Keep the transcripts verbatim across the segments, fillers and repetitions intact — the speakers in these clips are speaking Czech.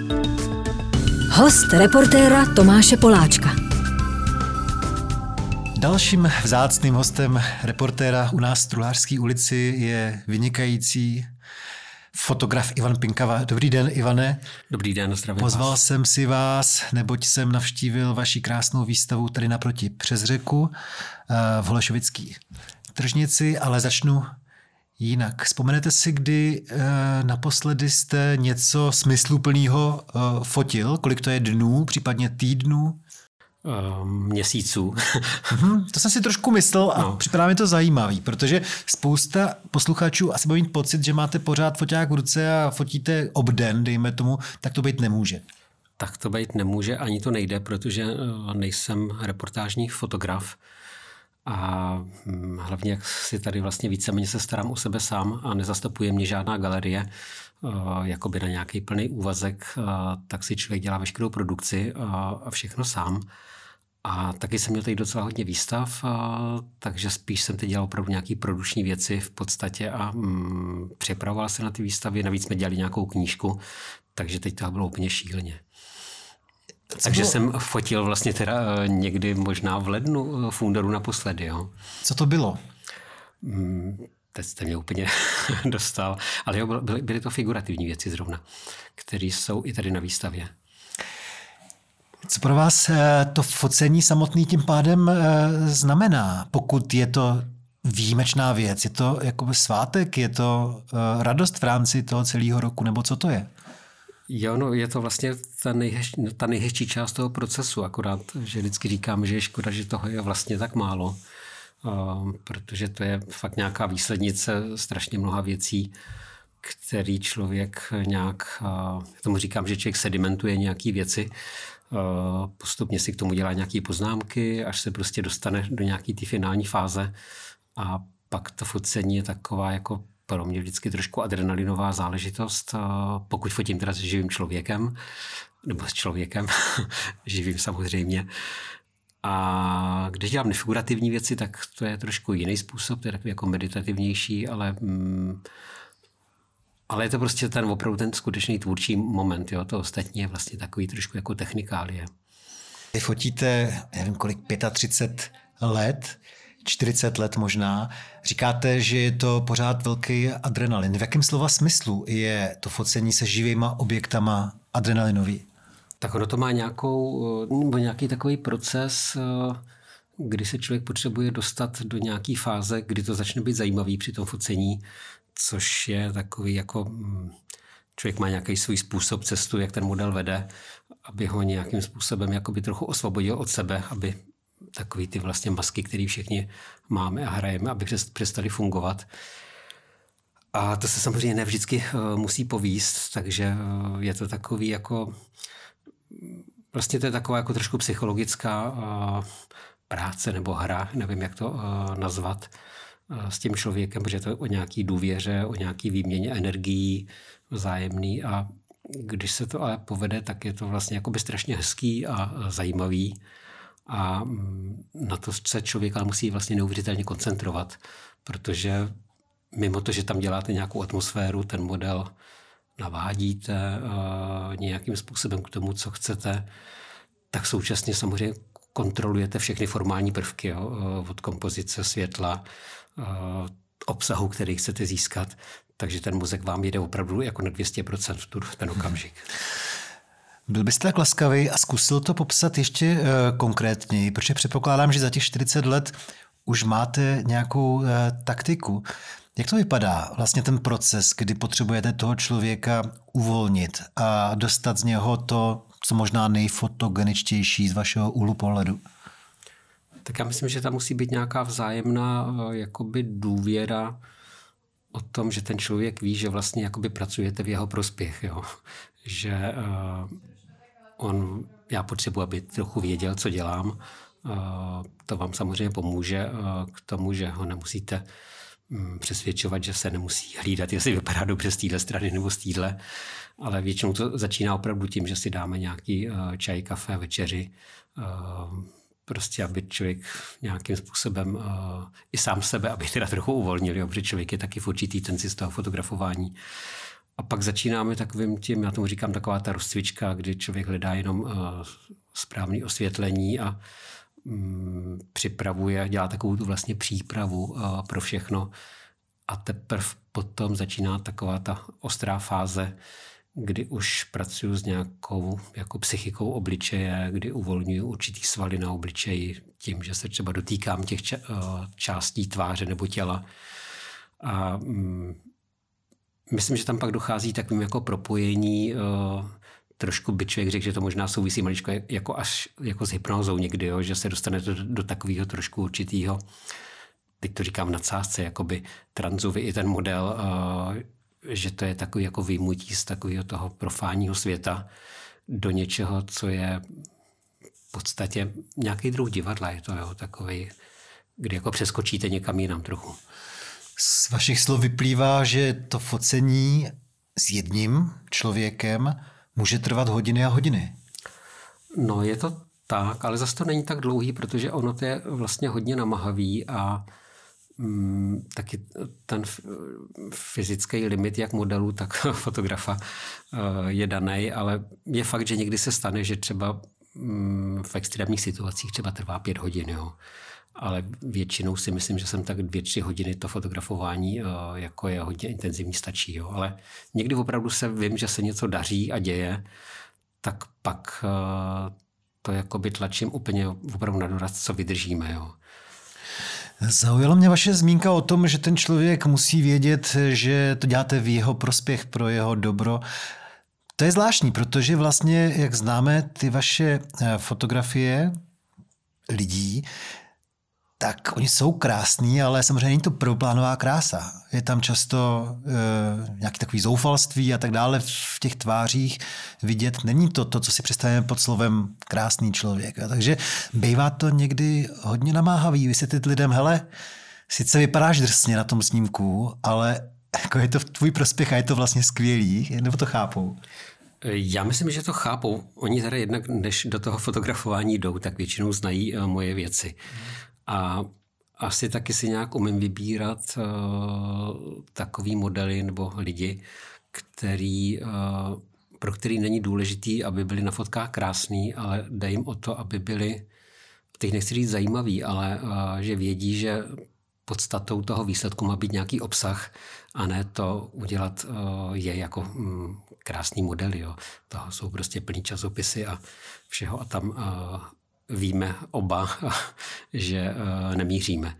Host reportéra Tomáše Poláčka. Dalším vzácným hostem reportéra u nás v Truhlářské ulici je vynikající fotograf Ivan Pinkava. Dobrý den, Ivane. Dobrý den, zdravím Pozval vás. jsem si vás, neboť jsem navštívil vaši krásnou výstavu tady naproti přes řeku v Holešovické tržnici, ale začnu jinak. Vzpomenete si, kdy naposledy jste něco smysluplného fotil? Kolik to je dnů, případně týdnů? Měsíců. To jsem si trošku myslel a no. Připadá mi to zajímavý, protože spousta posluchačů asi bude mít pocit, že máte pořád foťák v ruce a fotíte obden, dejme tomu, tak to být nemůže. Tak to být nemůže, ani to nejde, protože nejsem reportážní fotograf a hlavně, jak si tady vlastně víceméně se starám o sebe sám a nezastupuje mě žádná galerie, jakoby na nějaký plný úvazek, tak si člověk dělá veškerou produkci a všechno sám. A taky jsem měl tady docela hodně výstav, takže spíš jsem teď dělal opravdu nějaký produkční věci v podstatě a mm, připravoval se na ty výstavy, navíc jsme dělali nějakou knížku, takže teď to bylo úplně šíleně. Co takže bylo? Jsem fotil vlastně teda někdy možná v lednu v únoru naposledy. Jo. Co to bylo? Mm, teď jste mě úplně dostal, ale jo, byly, byly to figurativní věci zrovna, které jsou i tady na výstavě. Co pro vás to focení samotný tím pádem znamená, pokud je to výjimečná věc? Je to jakoby svátek? Je to radost v rámci toho celého roku? Nebo co to je? Jo, no je to vlastně ta, nejhezčí, ta nejhezčí část toho procesu, akorát, že vždycky říkám, že je škoda, že toho je vlastně tak málo, uh, protože to je fakt nějaká výslednice strašně mnoha věcí, který člověk nějak, uh, tomu říkám, že člověk sedimentuje nějaký věci, uh, postupně si k tomu dělá nějaké poznámky, až se prostě dostane do nějaké ty finální fáze a pak to focení je taková jako pro mě vždycky trošku adrenalinová záležitost, pokud fotím teda s živým člověkem, nebo s člověkem, živým samozřejmě. A když dělám nefigurativní věci, tak to je trošku jiný způsob, to je takový jako meditativnější, ale, mm, ale je to prostě ten opravdu ten skutečný tvůrčí moment. Jo? To ostatní je vlastně takový trošku jako technikálie. Vy fotíte, nevím kolik, třicet pět let, čtyřicet let možná. Říkáte, že je to pořád velký adrenalin. V jakém slova smyslu je to focení se živýma objektama adrenalinový? Tak ono to má nějakou, nebo nějaký takový proces, kdy se člověk potřebuje dostat do nějaký fáze, kdy to začne být zajímavý při tom focení, což je takový jako, člověk má nějaký svůj způsob, cestu, jak ten model vede, aby ho nějakým způsobem jakoby trochu osvobodil od sebe, aby takový ty vlastně masky, které všichni máme a hrajeme, aby přestali fungovat. A to se samozřejmě ne vždycky musí povíst, takže je to takový jako, vlastně to je taková jako trošku psychologická práce nebo hra, nevím, jak to nazvat, s tím člověkem, protože to je o nějaký důvěře, o nějaký výměně energií vzájemný a když se to ale povede, tak je to vlastně jakoby strašně hezký a zajímavý. A na to se člověk ale musí vlastně neuvěřitelně koncentrovat, protože mimo to, že tam děláte nějakou atmosféru, ten model navádíte uh, nějakým způsobem k tomu, co chcete, tak současně samozřejmě kontrolujete všechny formální prvky, jo, uh, od kompozice, světla, uh, obsahu, který chcete získat, takže ten mozek vám jede opravdu jako na dvě stě procent v ten okamžik. Byl byste tak laskavý a zkusil to popsat ještě uh, konkrétněji, protože předpokládám, že za těch čtyřicet let už máte nějakou uh, taktiku. Jak to vypadá vlastně ten proces, kdy potřebujete toho člověka uvolnit a dostat z něho to, co možná nejfotogeničtější z vašeho úhlu pohledu? Tak já myslím, že tam musí být nějaká vzájemná uh, jakoby důvěra o tom, že ten člověk ví, že vlastně jakoby pracujete v jeho prospěch, jo? Že uh, on, já potřebuji, aby trochu věděl, co dělám. Uh, to vám samozřejmě pomůže uh, k tomu, že ho nemusíte um, přesvědčovat, že se nemusí hlídat, jestli vypadá dobře z téhle strany nebo z téhle, ale většinou to začíná opravdu tím, že si dáme nějaký uh, čaj, kafe, večeři, uh, prostě aby člověk nějakým způsobem uh, i sám sebe, aby teda trochu uvolnil, jo, protože člověk je taky v určitý tenci z toho fotografování. A pak začínáme takovým tím, já tomu říkám taková ta rozcvička, kdy člověk hledá jenom uh, správné osvětlení a um, připravuje, dělá takovou tu vlastně přípravu uh, pro všechno. A teprve potom začíná taková ta ostrá fáze, kdy už pracuji s nějakou jako psychikou obličeje, kdy uvolňuji určitý svaly na obličeji tím, že se třeba dotýkám těch ča- částí tváře nebo těla. A mm, myslím, že tam pak dochází takovým jako propojení, uh, trošku by člověk řekl, že to možná souvisí maličko jako až jako s hypnózou někdy, jo, že se dostane do, do takového trošku určitýho, teď to říkám v nadsázce, jakoby tranzový i ten model, uh, že to je takový jako vyjmutí z takového toho profánního světa do něčeho, co je v podstatě nějaký druh divadla, je to jo, takový, kdy jako přeskočíte někam jinam trochu. Z vašich slov vyplývá, že to focení s jedním člověkem může trvat hodiny a hodiny. No je to tak, ale zase to není tak dlouhý, protože ono to je vlastně hodně namahavý a mm, taky ten fyzický limit jak modelu, tak fotografa je daný, ale je fakt, že někdy se stane, že třeba mm, v extrémních situacích třeba trvá pět hodin, jo. Ale většinou si myslím, že jsem tak dvě, tři hodiny to fotografování jako je hodně intenzivní, stačí. Jo. Ale někdy opravdu se vím, že se něco daří a děje, tak pak to jakoby tlačím úplně opravdu na doraz, co vydržíme. Jo. Zaujala mě vaše zmínka o tom, že ten člověk musí vědět, že to děláte v jeho prospěch, pro jeho dobro. To je zvláštní, protože vlastně, jak známe ty vaše fotografie lidí, tak oni jsou krásní, ale samozřejmě není to prvoplánová krása. Je tam často e, nějaké takové zoufalství a tak dále v těch tvářích vidět. Není to to, co si představíme pod slovem krásný člověk. A takže bývá to někdy hodně namáhavý vysvětlit lidem, hele, sice vypadáš drsně na tom snímku, ale jako je to v tvůj prospěch a je to vlastně skvělý, nebo to chápou? Já myslím, že to chápou. Oni teda jednak, než do toho fotografování jdou, tak většinou znají uh, moje věci. A asi taky si nějak umím vybírat uh, takový modely nebo lidi, který, uh, pro který není důležitý, aby byli na fotkách krásný, ale dá jim o to, aby byli, teď nechci říct zajímavý, ale uh, že vědí, že podstatou toho výsledku má být nějaký obsah a ne to udělat uh, je jako um, krásný modely. Jo. Toho jsou prostě plný časopisy a všeho a tam uh, víme oba, že uh, nemíříme.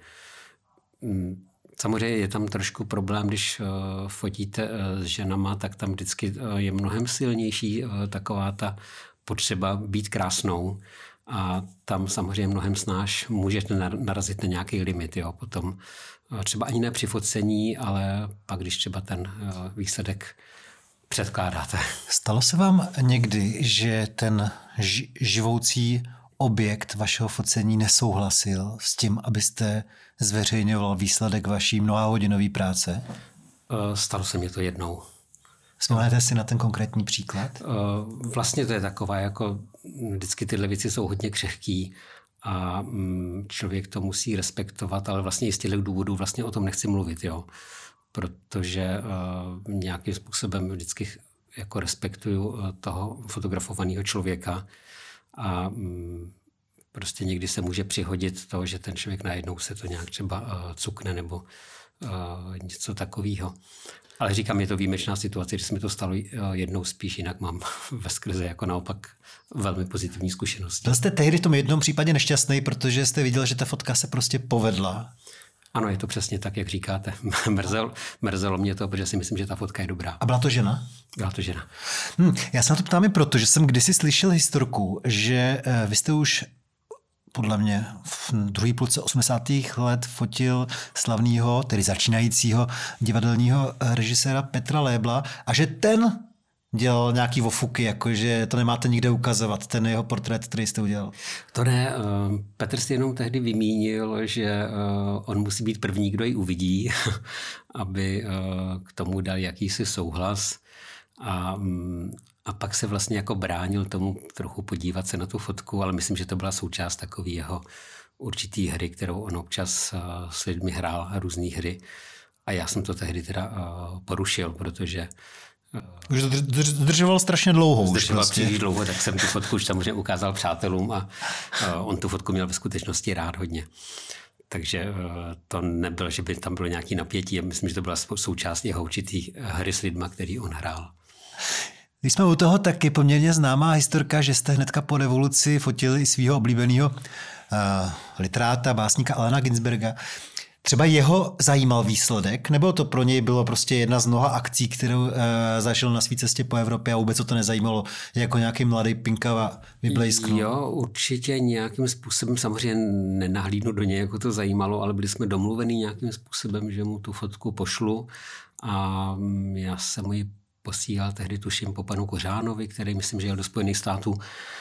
Um, samozřejmě je tam trošku problém, když uh, fotíte uh, s ženama, tak tam vždycky uh, je mnohem silnější uh, taková ta potřeba být krásnou. A tam samozřejmě mnohem snáš můžete narazit na nějaký limit. Jo. Potom třeba ani ne při focení, ale pak, když třeba ten výsledek předkládáte. Stalo se vám někdy, že ten živoucí objekt vašeho focení nesouhlasil s tím, abyste zveřejňoval výsledek vaší mnohahodinové práce? Stalo se mi to jednou. Vzpomínáte si na ten konkrétní příklad? Vlastně to je taková, jako vždycky tyhle věci jsou hodně křehký a člověk to musí respektovat, ale vlastně i z těchto důvodů vlastně o tom nechci mluvit, jo. Protože nějakým způsobem vždycky jako respektuju toho fotografovaného člověka a prostě někdy se může přihodit to, že ten člověk najednou se to nějak třeba cukne nebo něco takového. Ale říkám, je to výjimečná situace, že se mi to stalo jednou spíš, jinak mám veskrze jako naopak velmi pozitivní zkušenosti. Byl jste tehdy v tom jednom případě nešťastný, protože jste viděl, že ta fotka se prostě povedla? Ano, je to přesně tak, jak říkáte. Mrzelo, mrzelo mě to, protože si myslím, že ta fotka je dobrá. A byla to žena? Byla to žena. Hmm, já se na to ptám i proto, že jsem kdysi slyšel historku, že vy jste už podle mě v druhé půlce osmdesátých let fotil slavného, tedy začínajícího divadelního režiséra Petra Lébla a že ten dělal nějaký ofuky, jakože to nemáte nikde ukazovat, ten jeho portrét, který jste udělal. To ne, Petr si jenom tehdy vymínil, že on musí být první, kdo ji uvidí, aby k tomu dal jakýsi souhlas a A pak se vlastně jako bránil tomu trochu podívat se na tu fotku, ale myslím, že to byla součást takové jeho určitý hry, kterou on občas s lidmi hrál, různý hry. A já jsem to tehdy teda porušil, protože Už zdržoval strašně dlouho. Zdržoval prostě. příliš dlouho, tak jsem tu fotku už samozřejmě ukázal přátelům a on tu fotku měl ve skutečnosti rád hodně. Takže to nebylo, že by tam bylo nějaké napětí. Myslím, že to byla součást jeho určitých hry s lidma, který on hrál. Když jsme u toho, tak je poměrně známá historka, že jste hnedka po revoluci fotili i svého oblíbeného uh, literáta, básníka Allena Ginsberga. Třeba jeho zajímal výsledek, nebo to pro něj bylo prostě jedna z mnoha akcí, kterou uh, zažil na své cestě po Evropě a vůbec to nezajímalo, jako nějaký mladý pinkava vyblejsknul? Jo, určitě nějakým způsobem, samozřejmě nenahlídnu do něj, jako to zajímalo, ale byli jsme domluveni nějakým způsobem, že mu tu fotku pošlu a já jsem mu ji posílal tehdy tuším po panu Kořánovi, který myslím, že jel do Spojených států.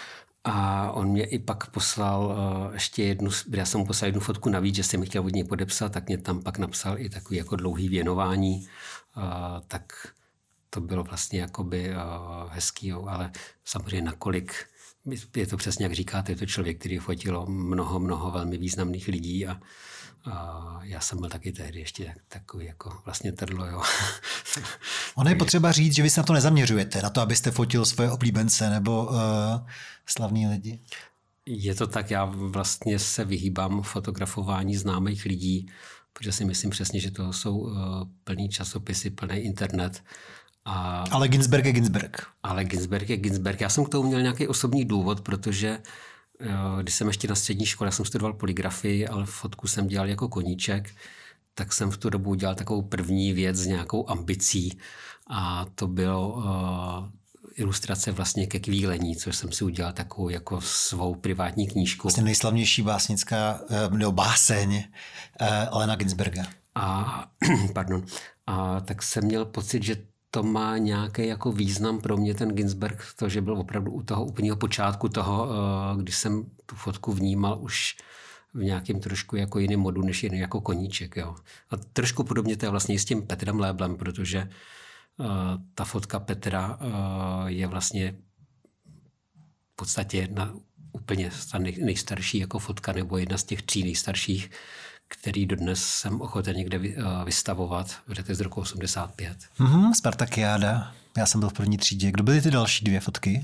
A on mě i pak poslal uh, ještě jednu, já jsem mu poslal jednu fotku navíc, že jsem ji chtěl od něj podepsat, tak mě tam pak napsal i takový jako dlouhý věnování. Uh, tak to bylo vlastně jakoby uh, hezký, jo, ale samozřejmě nakolik, je to přesně jak říkáte, je to člověk, který fotilo mnoho, mnoho velmi významných lidí a A já jsem byl taky tehdy ještě takový jako vlastně trdlo, jo. Ono je potřeba říct, že vy se na to nezaměřujete, na to, abyste fotil svoje oblíbence nebo uh, slavní lidi. Je to tak, já vlastně se vyhýbám fotografování známých lidí, protože si myslím přesně, že to jsou uh, plný časopisy, plný internet. A, ale Ginsberg je Ginsberg. Ale Ginsberg je Ginsberg. Já jsem k tomu měl nějaký osobní důvod, protože když jsem ještě na střední škole, já jsem studoval polygrafii, ale fotku jsem dělal jako koníček, tak jsem v tu dobu dělal takovou první věc s nějakou ambicí a to bylo uh, ilustrace vlastně ke Kvílení, což jsem si udělal takovou jako svou privátní knížku. Vlastně nejslavnější básnická, nebo báseň Allena Ginsberga. A, pardon, a tak jsem měl pocit, že to má nějaký jako význam pro mě ten Ginsberg, to, že byl opravdu u toho úplného počátku toho, když jsem tu fotku vnímal už v nějakém trošku jako jiném modu, než jen jako koníček. Jo. A trošku podobně to je vlastně i s tím Petrem Léblem, protože uh, ta fotka Petra uh, je vlastně v podstatě jedna úplně nej, nejstarší jako fotka, nebo jedna z těch tří nejstarších, který dodnes jsem ochoten někde vystavovat, protože to je z roku osmdesát pět. Mm-hmm, Spartakiáda. Já jsem byl v první třídě. Kdo byly ty další dvě fotky?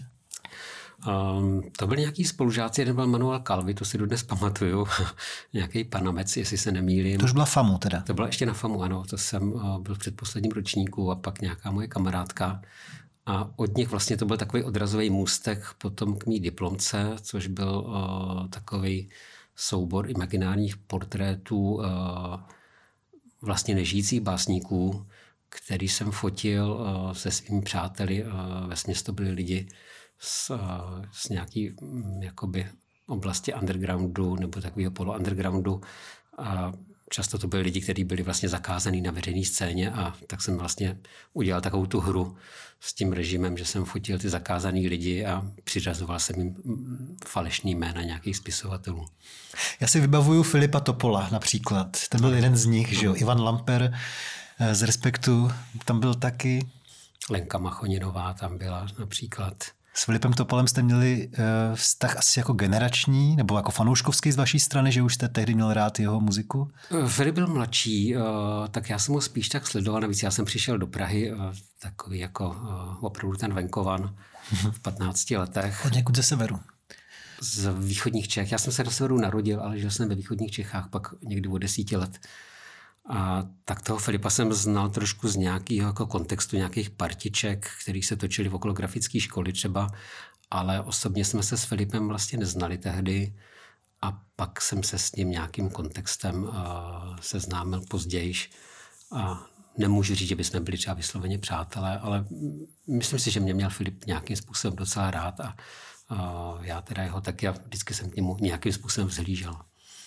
Um, to byli nějaký spolužáci, jeden byl Manuel Calvi, to si dodnes pamatuju. Nějaký Panamec, jestli se nemýlím. To už byla FAMU teda. To byla ještě na FAMU, ano. To jsem uh, byl v předposledním ročníku a pak nějaká moje kamarádka. A od nich vlastně to byl takový odrazový můstek potom k mý diplomce, což byl uh, takový soubor imaginárních portrétů uh, vlastně nežijících básníků, který jsem fotil uh, se svými přáteli. Uh, vesměs to byli lidi z, uh, z nějaký um, jakoby oblasti undergroundu nebo takového polo-undergroundu. A často to byli lidi, kteří byli vlastně zakázaní na veřejné scéně a tak jsem vlastně udělal takovou tu hru s tím režimem, že jsem fotil ty zakázaný lidi a přiřazoval jsem jim falešný jména nějakých spisovatelů. Já si vybavuju Filipa Topola například. Ten byl jeden z nich, že jo? Ivan Lamper z Respektu, tam byl taky. Lenka Machoninová tam byla například. S Filipem Topolem jste měli uh, vztah asi jako generační, nebo jako fanouškovský z vaší strany, že už jste tehdy měl rád jeho muziku? Filip byl mladší, uh, tak já jsem ho spíš tak sledoval. Navíc já jsem přišel do Prahy, uh, takový jako uh, opravdu ten venkovan v patnácti letech. Od někud ze severu. Z východních Čech. Já jsem se do severu narodil, ale žil jsem ve východních Čechách pak někdy od desíti let. A tak toho Filipa jsem znal trošku z nějakého jako kontextu nějakých partiček, který se točili v okolo grafické školy třeba, ale osobně jsme se s Filipem vlastně neznali tehdy a pak jsem se s ním nějakým kontextem uh, seznámil později. A nemůžu říct, že bychom byli třeba vysloveně přátelé, ale myslím si, že mě měl Filip nějakým způsobem docela rád a uh, já teda jeho taky a vždycky jsem k němu nějakým způsobem vzhlížel.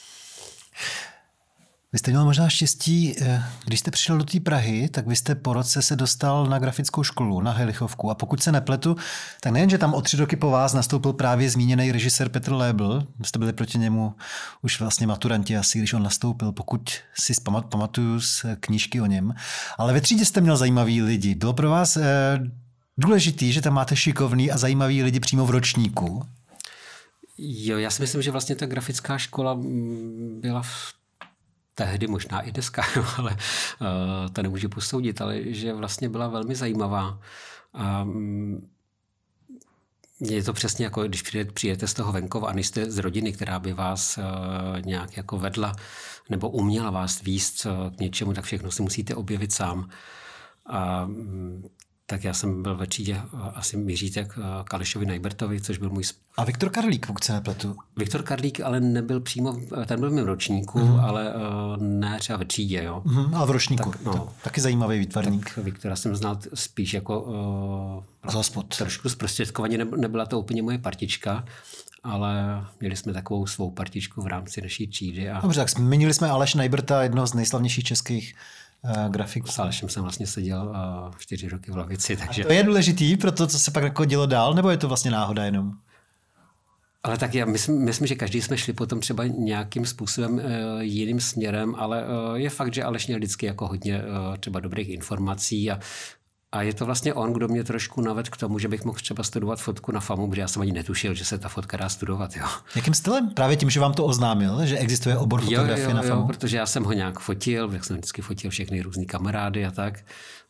Vy jste měl možná štěstí, když jste přišel do té Prahy, tak vy jste po roce se dostal na grafickou školu, na Helichovku. A pokud se nepletu, tak nejen, že tam o tři roky po vás nastoupil právě zmíněný režisér Petr Lébl, jste byli proti němu už vlastně maturanti asi, když on nastoupil, pokud si pamatuju z knížky o něm. Ale ve třídě jste měl zajímavý lidi. Bylo pro vás eh, důležitý, že tam máte šikovný a zajímavý lidi přímo v ročníku? Jo, já si myslím, že vlastně ta grafická škola byla v tehdy, možná i dneska, ale uh, to nemůžu posoudit, ale že vlastně byla velmi zajímavá. A um, je to přesně jako, když přijete, přijete z toho venkova a nejste z rodiny, která by vás uh, nějak jako vedla nebo uměla vás víct uh, k něčemu, tak všechno si musíte objevit sám. A um, tak já jsem byl ve třídě, asi míříte k Alešovi Najbrtovi, což byl můj... A Viktor Karlík, pokud se nepletu. Viktor Karlík ale nebyl přímo, ten byl v mém ročníku, mm. ale uh, ne třeba ve třídě, jo. Mm, ale v ročníku, tak, no, to, taky zajímavý výtvarník. Tak Viktora jsem znal spíš jako... Uh, trošku zprostředkovaně, nebyla to úplně moje partička, ale měli jsme takovou svou partičku v rámci naší třídy. A... Dobře, tak zmínili jsme Aleš Najbrta, jednoho z nejslavnějších českých Uh, grafiků. S Alešem jsem vlastně seděl uh, čtyři roky v lavici. Takže... A to je důležitý pro to, co se pak jako dělo dál, nebo je to vlastně náhoda jenom? Ale tak já myslím, myslím, že každý jsme šli potom třeba nějakým způsobem uh, jiným směrem, ale uh, je fakt, že Aleš měl vždycky jako hodně uh, třeba dobrých informací a A je to vlastně on, kdo mě trošku navedl k tomu, že bych mohl třeba studovat fotku na FAMu, protože já jsem ani netušil, že se ta fotka dá studovat. Jo. Jakým stylem? Právě tím, že vám to oznámil, že existuje obor fotografie jo, jo, na FAMu? Jo, protože já jsem ho nějak fotil, jak jsem vždycky fotil všechny různý kamarády a tak.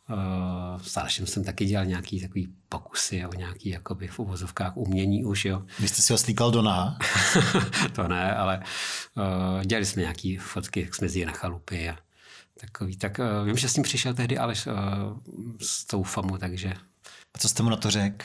Uh, s Alešem jsem taky dělal nějaký takový pokusy o nějaký jakoby v uvozovkách umění už. Jo. Vy jste si ho slíkal do naha? To ne, ale uh, dělali jsme nějaký fotky, jak jsme jezdili na chalupy a takový. Tak uh, vím, že s ním přišel tehdy Aleš uh, s tou FAMu, takže... A co jste mu na to řekl?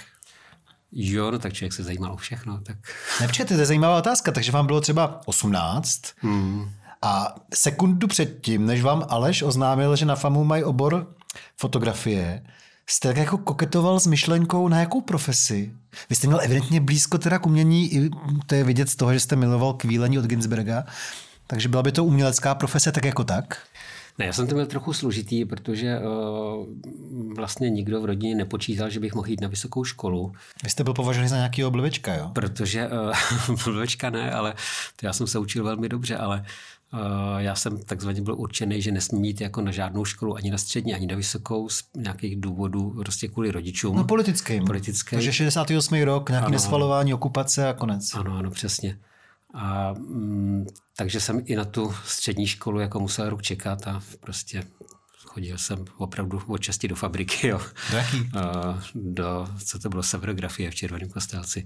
Jo, no tak člověk se zajímal o všechno. Tak... Nepřijete, to je zajímavá otázka, takže vám bylo třeba osmnáct hmm. a sekundu předtím, než vám Aleš oznámil, že na FAMu mají obor fotografie, jste tak jako koketoval s myšlenkou na jakou profesi? Vy jste měl evidentně blízko teda k umění, i to je vidět z toho, že jste miloval kvílení od Ginsberga, takže byla by to umělecká profese tak jako tak? Ne, já jsem to měl trochu složitý, protože uh, vlastně nikdo v rodině nepočítal, že bych mohl jít na vysokou školu. Vy jste byl považovaný za nějakýho blbečka, jo? Protože, uh, blbečka ne, ale to já jsem se učil velmi dobře, ale uh, já jsem takzvaně byl určený, že nesmím jít jako na žádnou školu, ani na střední, ani na vysokou, z nějakých důvodů, prostě kvůli rodičům. No politickým. Politický. Takže šedesátý osmý rok, nějaký ano, nesvalování, okupace a konec. Ano, ano, přesně. A mm, takže jsem i na tu střední školu jako musel rok čekat a prostě chodil jsem opravdu od časti do fabriky. Jo. Do jaký? Do, co to bylo, severografie v Červeném Kostelci.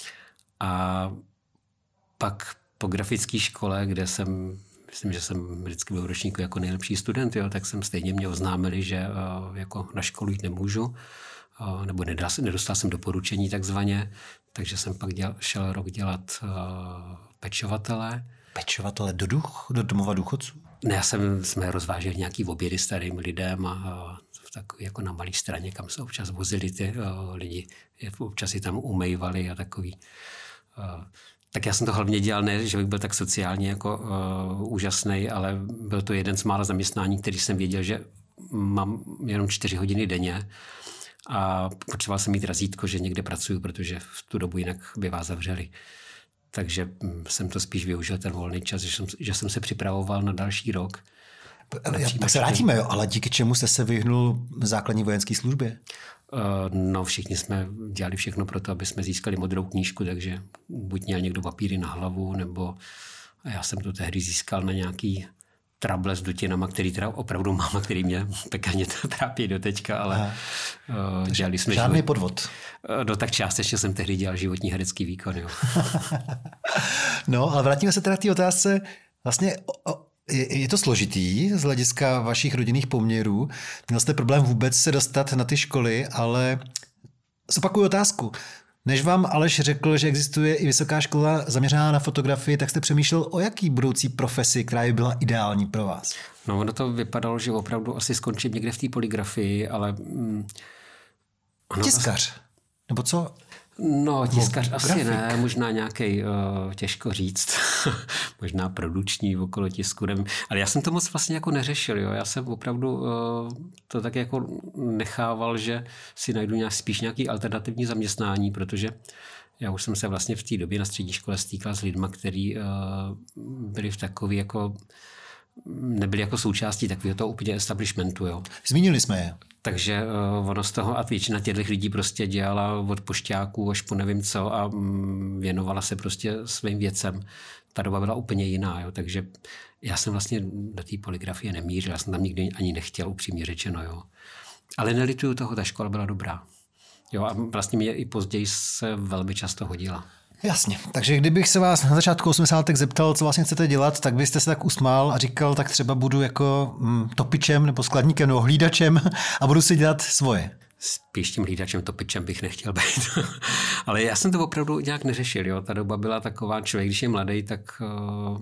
A pak po grafické škole, kde jsem, myslím, že jsem vždycky byl v ročníku jako nejlepší student, jo, tak jsem stejně mě oznámili, že jako na školu jít nemůžu, nebo nedostal jsem doporučení takzvaně, takže jsem pak dělal, šel rok dělat uh, pečovatele. Pečovatele do, duch, do domova důchodců? Ne, já jsem, jsme rozváželi nějaký obědy starým lidem a, a takový jako na malé straně, kam se občas vozili ty uh, lidi. Občas si tam umývali a takový. Uh, tak já jsem to hlavně dělal, ne, že bych byl tak sociálně jako uh, úžasný, ale byl to jeden z mála zaměstnání, který jsem věděl, že mám jenom čtyři hodiny denně. A potřeboval jsem mít razítko, že někde pracuju, protože v tu dobu jinak by vás zavřeli. Takže jsem to spíš využil ten volný čas, že jsem, že jsem se připravoval na další rok. Tak se vrátíme, jo, ale díky čemu jste se vyhnul základní vojenské službě? Uh, no všichni jsme dělali všechno pro to, aby jsme získali modrou knížku, takže buď měl někdo papíry na hlavu, nebo já jsem to tehdy získal na nějaký trable s dutinama, který teda opravdu mám a který mě pekaně trápí do teďka, ale uh, dělali jsme... Žádný život... podvod. No tak částečně jsem tehdy dělal životní herecký výkon, jo. No, ale vrátíme se teda k té otázce. Vlastně o, je, je to složitý z hlediska vašich rodinných poměrů. Měl jste problém vůbec se dostat na ty školy, ale zopakuju otázku. Než vám Aleš řekl, že existuje i vysoká škola zaměřená na fotografii, tak jste přemýšlel o jaký budoucí profesi, která by byla ideální pro vás? No, ono to vypadalo, že opravdu asi skončím někde v té poligrafii, ale... Mm, ano, tiskař? Nebo co? No, tiskař asi grafik. Ne, možná nějaký, uh, těžko říct, možná produční okolo tisku, nevím. Ale já jsem to moc vlastně jako neřešil, jo. Já jsem opravdu uh, to tak jako nechával, že si najdu nějak, spíš nějaký alternativní zaměstnání, protože já už jsem se vlastně v té době na střední škole stýkal s lidma, kteří uh, byli v takový jako, nebyli jako součástí takového toho úplně establishmentu, jo. Zmínili jsme je. Takže uh, ono z toho a většina těchto lidí prostě dělala od pošťáků až po nevím co a um, věnovala se prostě svým věcem. ta doba byla úplně jiná, jo, takže já jsem vlastně do té polygrafie nemířil, já jsem tam nikdy ani nechtěl, upřímně řečeno, jo. Ale nelituju toho, ta škola byla dobrá. Jo, a vlastně mě i později se velmi často hodila. Jasně, takže kdybych se vás na začátku osmdesátek zeptal, co vlastně chcete dělat, tak byste se tak usmál a říkal, tak třeba budu jako mm, topičem nebo skladníkem nebo hlídačem a budu si dělat svoje. Spíš tím hlídačem, topičem bych nechtěl být. Ale já jsem to opravdu nějak neřešil. Jo. Ta doba byla taková, člověk, když je mladý, tak uh,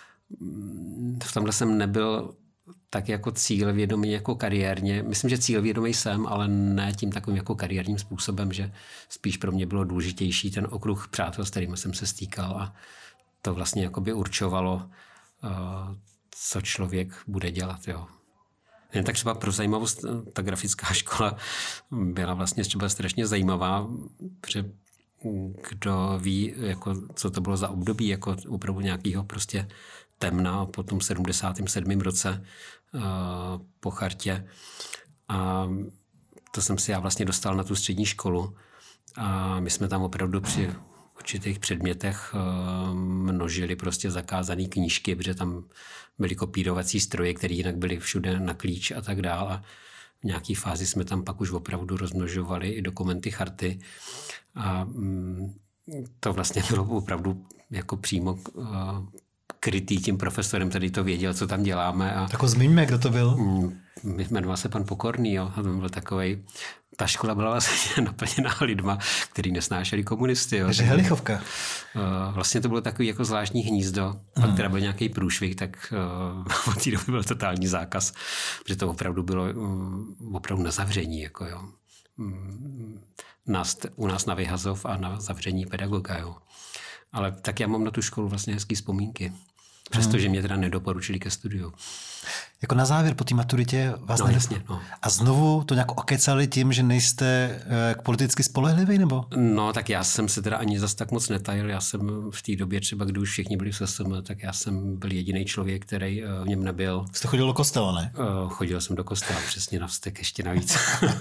v tomhle jsem nebyl tak jako cílevědomý, jako kariérně. Myslím, že cílevědomý jsem, ale ne tím takovým jako kariérním způsobem, že spíš pro mě bylo důležitější ten okruh přátel, s kterými jsem se stýkal a to vlastně jakoby určovalo, uh, co člověk bude dělat, jo. Jen tak třeba pro zajímavost, ta grafická škola byla vlastně třeba strašně zajímavá, protože kdo ví, jako, co to bylo za období, jako opravdu nějakého prostě temna po tom sedmdesátém sedmém roce uh, po chartě. A to jsem si já vlastně dostal na tu střední školu a my jsme tam opravdu při určitých předmětech uh, množili prostě zakázané knížky, protože tam byly kopírovací stroje, které jinak byly všude na klíč a tak dále. A v nějaké fázi jsme tam pak už opravdu rozmnožovali i dokumenty charty. A um, to vlastně bylo opravdu jako přímo uh, krytý tím profesorem, který to věděl, co tam děláme. A, tak ho zmiňme, kdo to byl. Um, jmenoval se pan Pokorný, jo, a to byl takovej. Ta škola byla vlastně naplněná lidma, kteří nesnášeli komunisty. Jo. Takže Helichovka. Uh, vlastně to bylo takový jako zvláštní hnízdo, hmm. pak teda byl nějaký průšvih, tak uh, od té doby byl totální zákaz, protože to opravdu bylo um, opravdu na zavření. Jako, jo. Um, nás, u nás na vyhazov a na zavření pedagoga. Jo. Ale tak já mám na tu školu vlastně hezký vzpomínky. Přestože mě teda nedoporučili ke studiu. Jako na závěr po té maturitě vás no, jasně, no. A znovu to nějak okecali tím, že nejste uh, politicky spolehlivý, nebo? No, tak já jsem se teda ani zas tak moc netajil. Já jsem v té době třeba, když už všichni byli v S S M, tak já jsem byl jediný člověk, který uh, v něm nebyl. Jste chodil do kostela, ne? Uh, chodil jsem do kostela, přesně na vztek ještě navíc. uh,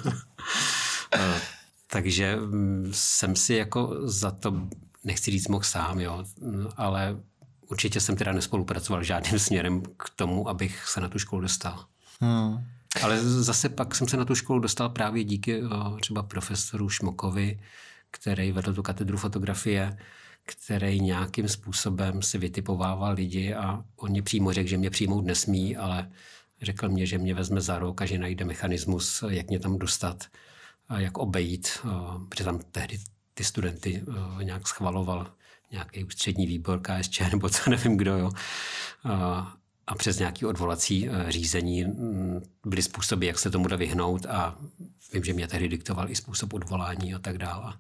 takže um, jsem si jako za to, nechci říct, mohl sám, jo, ale určitě jsem teda nespolupracoval žádným směrem k tomu, abych se na tu školu dostal. Hmm. Ale zase pak jsem se na tu školu dostal právě díky o, třeba profesoru Šmokovi, který vedl tu katedru fotografie, který nějakým způsobem si vytipovával lidi a on mě přímo řekl, že mě přijmout nesmí, ale řekl mě, že mě vezme za rok a že najde mechanismus, jak mě tam dostat a jak obejít, o, protože tam tehdy ty studenty o, nějak schvaloval nějaký ústřední výbor K S Č nebo co, nevím kdo, jo. A, a přes nějaké odvolací řízení byly způsoby, jak se tomu dá vyhnout a vím, že mě tehdy diktoval i způsob odvolání a tak dále.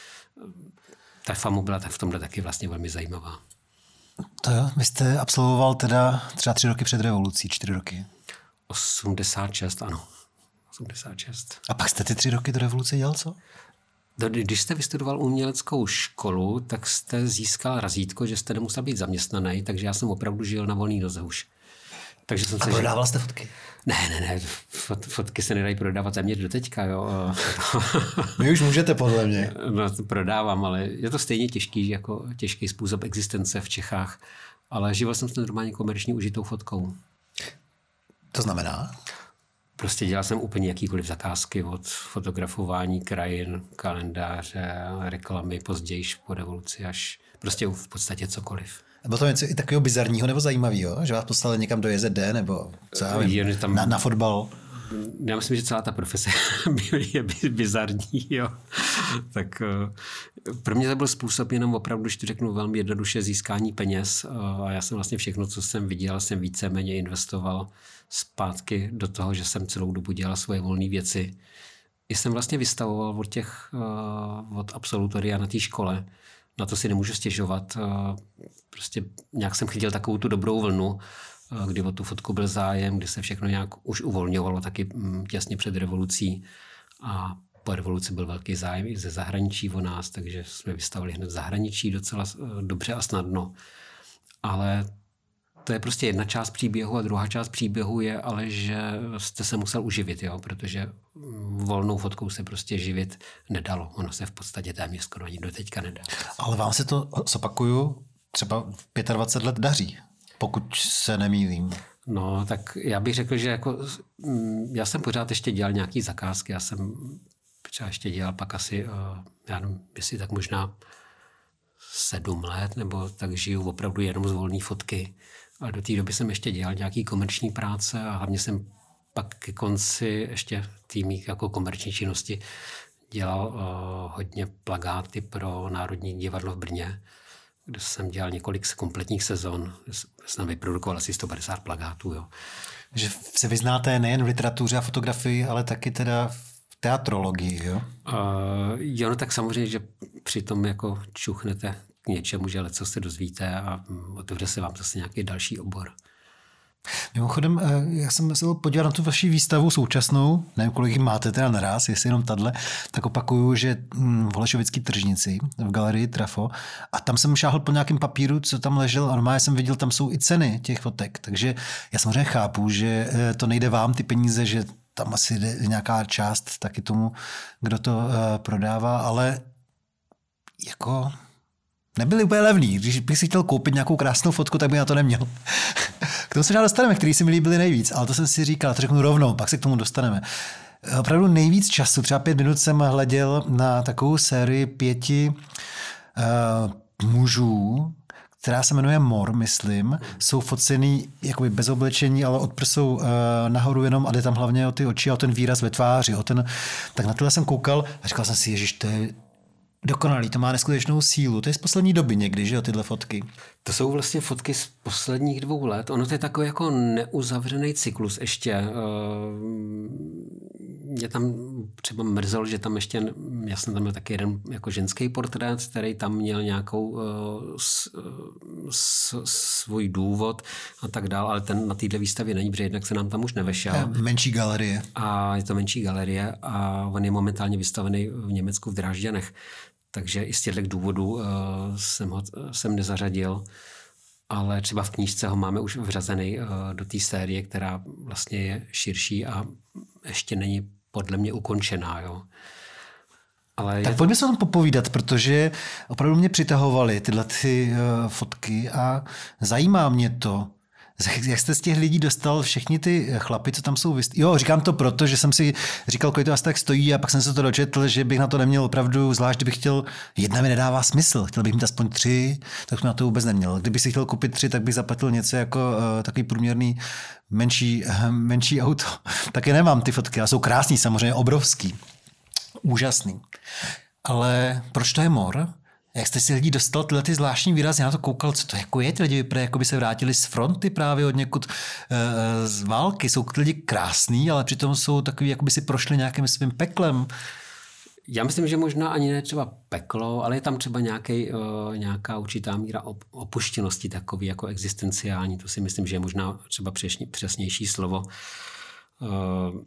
Ta FAMU byla tak v tomhle taky vlastně velmi zajímavá. To jo, vy jste absolvoval teda třeba tři roky před revolucí, čtyři roky. osmdesát šest, ano. osmdesát šest. A pak jste ty tři roky do revoluce dělal co? Když jste vystudoval uměleckou školu, tak jste získal razítko, že jste nemusel být zaměstnaný, takže já jsem opravdu žil na volný noze už. Takže jsem a se prodával žil... jste fotky? Ne, ne, ne, Fot, fotky se nedají prodávat za mě do teďka, jo. Vy už můžete podle mě. No, to prodávám, ale je to stejně těžký, jako těžký způsob existence v Čechách, ale živil jsem se normálně komerčně užitou fotkou. To znamená? Prostě dělal jsem úplně jakýkoliv zakázky od fotografování krajin, kalendáře, reklamy, později po revoluci až prostě v podstatě cokoliv. Bylo to něco i takového bizarního nebo zajímavého, že vás poslali někam do J Z D nebo co já vím, tam... na, na fotbal? Já myslím, že celá ta profese je bizarní, jo. Tak pro mě to byl způsob jenom opravdu, když to řeknu velmi jednoduše, získání peněz a já jsem vlastně všechno, co jsem viděl, jsem víceméně investoval zpátky do toho, že jsem celou dobu dělal svoje volné věci. I jsem vlastně vystavoval od těch, od absolutoria na té škole. Na to si nemůžu stěžovat. Prostě nějak jsem chytil takovou tu dobrou vlnu, kdy o tu fotku byl zájem, kdy se všechno nějak už uvolňovalo taky těsně před revolucí. A po revoluci byl velký zájem i ze zahraničí o nás, takže jsme vystavili hned zahraničí docela dobře a snadno. Ale to je prostě jedna část příběhu a druhá část příběhu je ale, že jste se musel uživit, jo, protože volnou fotkou se prostě živit nedalo. Ono se v podstatě téměř skoro ani do teďka nedá. Ale vám se to, zopakuju, třeba dvacet pět let daří, pokud se nemýlím. No, tak já bych řekl, že jako, já jsem pořád ještě dělal nějaký zakázky, já jsem třeba ještě dělal pak asi, já nevím, jestli tak možná sedm let, nebo tak žiju opravdu jenom z volné fotky. Ale do té doby jsem ještě dělal nějaký komerční práce a hlavně jsem pak ke konci ještě týmí jako komerční činnosti dělal uh, hodně plakáty pro Národní divadlo v Brně, kde jsem dělal několik kompletních sezon. Jsem vyprodukoval asi sto padesát plakátů. Jo. Že se vyznáte nejen v literatuře a fotografii, ale taky teda v teatrologii, jo? Uh, jo, no tak samozřejmě, že přitom jako čuchnete k něčemu, že leco se dozvíte a otevře se vám zase nějaký další obor. Mimochodem, já jsem se byl podívat na tu vaši výstavu současnou, nevím, kolik jich máte teda naraz, jestli jenom tadle, tak opakuju, že v Holešovický tržnici v galerii Trafo a tam jsem šáhl po nějakém papíru, co tam ležel a normálně jsem viděl, tam jsou i ceny těch fotek, takže já samozřejmě chápu, že to nejde vám ty peníze, že tam asi jde nějaká část taky tomu, kdo to prodává, ale jako nebyly úplně levný. Když bych si chtěl koupit nějakou krásnou fotku, tak bych na to neměl. K tomu se třeba dostaneme, který si mi líbily nejvíc, ale to jsem si říkal, to řeknu rovnou, pak se k tomu dostaneme. Opravdu nejvíc času, třeba pět minut jsem hleděl na takovou sérii pěti uh, mužů, která se jmenuje Mor, myslím. Jsou focený jakoby bez oblečení, ale od prsou uh, nahoru jenom a jde tam hlavně o ty oči a o ten výraz ve tváři. O ten, tak na tohle jsem koukal a říkal jsem si, ježiš, to je dokonalý, to má neskutečnou sílu. To je z poslední doby někdy, že jo, tyhle fotky? To jsou vlastně fotky z posledních dvou let. Ono to je takový jako neuzavřený cyklus ještě. Mě tam třeba mrzelo, že tam ještě, jasně tam byl taky jeden jako ženský portrét, který tam měl nějakou s, s, svůj důvod a tak dál, ale ten na této výstavě není, protože jednak se nám tam už nevešel. Menší galerie. A je to menší galerie a on je momentálně vystavený v Německu v Drážďanech. Takže i z těchto důvodů uh, jsem ho jsem nezařadil, ale třeba v knížce ho máme už vřazený uh, do té série, která vlastně je širší a ještě není podle mě ukončená. Jo. Ale tak to... pojďme se o tom popovídat, protože opravdu mě přitahovaly tyhle ty, uh, fotky a zajímá mě to. Jak jste z těch lidí dostal všechny ty chlapy, co tam jsou vyst... Jo, říkám to proto, že jsem si říkal, kolik to asi tak stojí a pak jsem se to dočetl, že bych na to neměl opravdu, zvlášť kdybych chtěl, jedna mi nedává smysl, chtěl bych mít aspoň tři, tak bych na to vůbec neměl. Kdybych si chtěl koupit tři, tak bych zaplatil něco jako uh, takový průměrný menší, uh, menší auto. Taky nemám ty fotky, ale jsou krásný, samozřejmě obrovský, úžasný. Ale proč to je Mor? Jak jste si lidi dostal tyhle ty zvláštní výrazy, já na to koukal, co to jako je, ty lidi vypadají, jako by se vrátili z fronty právě od někud e, z války. Jsou ty lidi krásný, ale přitom jsou takový, jako by si prošli nějakým svým peklem. Já myslím, že možná ani ne třeba peklo, ale je tam třeba nějaký, uh, nějaká určitá míra op- opuštěnosti, takový jako existenciální. To si myslím, že je možná třeba přesně, přesnější slovo. Uh,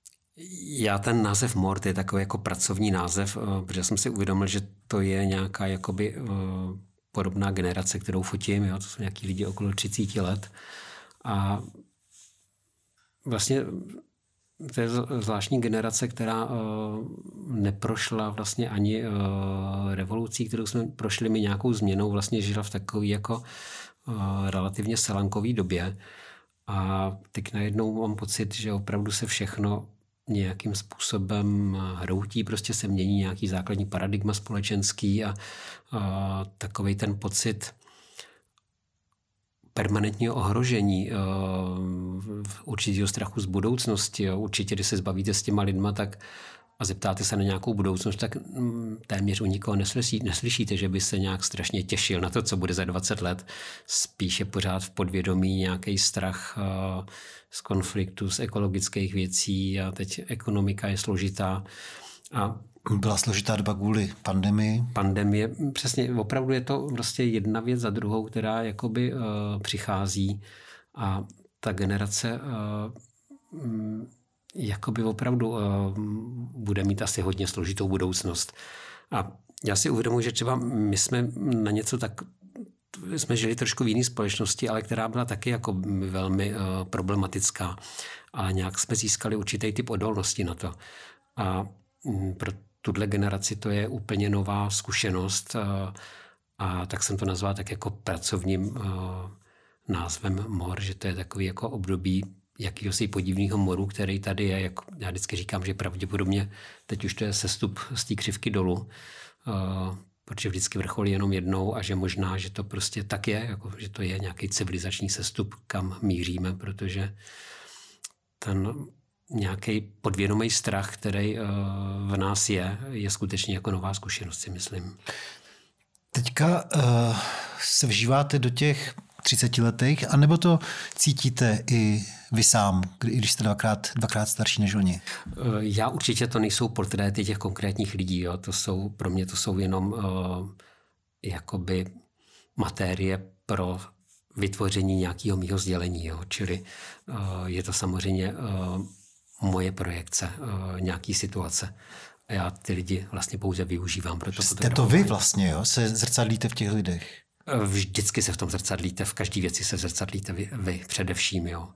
Já ten název Mor je takový jako pracovní název, protože jsem si uvědomil, že to je nějaká jakoby podobná generace, kterou fotím. Jo? To jsou nějaký lidi okolo třicet let. A vlastně to je zvláštní generace, která neprošla vlastně ani revolucí, kterou jsme prošli my nějakou změnou, vlastně žila v takové jako relativně selankové době. A teď najednou mám pocit, že opravdu se všechno nějakým způsobem hroutí, prostě se mění nějaký základní paradigma společenský a, a takovej ten pocit permanentního ohrožení, určitého strachu z budoucnosti. Jo. Určitě, když se zbavíte s těma lidma tak a zeptáte se na nějakou budoucnost, tak téměř u nikoho neslyší, neslyšíte, že by se nějak strašně těšil na to, co bude za dvacet let. Spíše pořád v podvědomí nějaký strach z konfliktu, z ekologických věcí a teď ekonomika je složitá. A byla složitá doba kvůli pandemii. Pandemie, přesně, opravdu je to prostě jedna věc za druhou, která jakoby uh, přichází a ta generace uh, jakoby opravdu uh, bude mít asi hodně složitou budoucnost. A já si uvědomuji, že třeba my jsme na něco tak, jsme žili trošku v jiné společnosti, ale která byla taky jako velmi uh, problematická. Ale nějak jsme získali určitý typ odolnosti na to. A um, pro tuhle generaci to je úplně nová zkušenost uh, A tak jsem to nazval tak jako pracovním uh, názvem mor, že to je takový jako období jakýhosi podivného moru, který tady je, jako já vždycky říkám, že pravděpodobně teď už to je sestup z té křivky dolů, uh, protože vždycky vrcholí jenom jednou a že možná, že to prostě tak je, jako, že to je nějaký civilizační sestup, kam míříme, protože ten nějaký podvědomý strach, který uh, v nás je, je skutečně jako nová zkušenost, si myslím. Teďka uh, se vžíváte do těch třicetiletých, anebo to cítíte i vy sám, když jste dvakrát, dvakrát starší než oni? Já určitě to nejsou portréty těch konkrétních lidí. Jo. To jsou, pro mě to jsou jenom uh, jakoby matérie pro vytvoření nějakého mýho sdělení. Jo. Čili uh, je to samozřejmě uh, moje projekce, uh, nějaký situace. A já ty lidi vlastně pouze využívám. Proto jste to vy vlastně, jo? Se zrcadlíte v těch lidech? Vždycky se v tom zrcadlíte, v každé věci se zrcadlíte vy, vy především. Jo.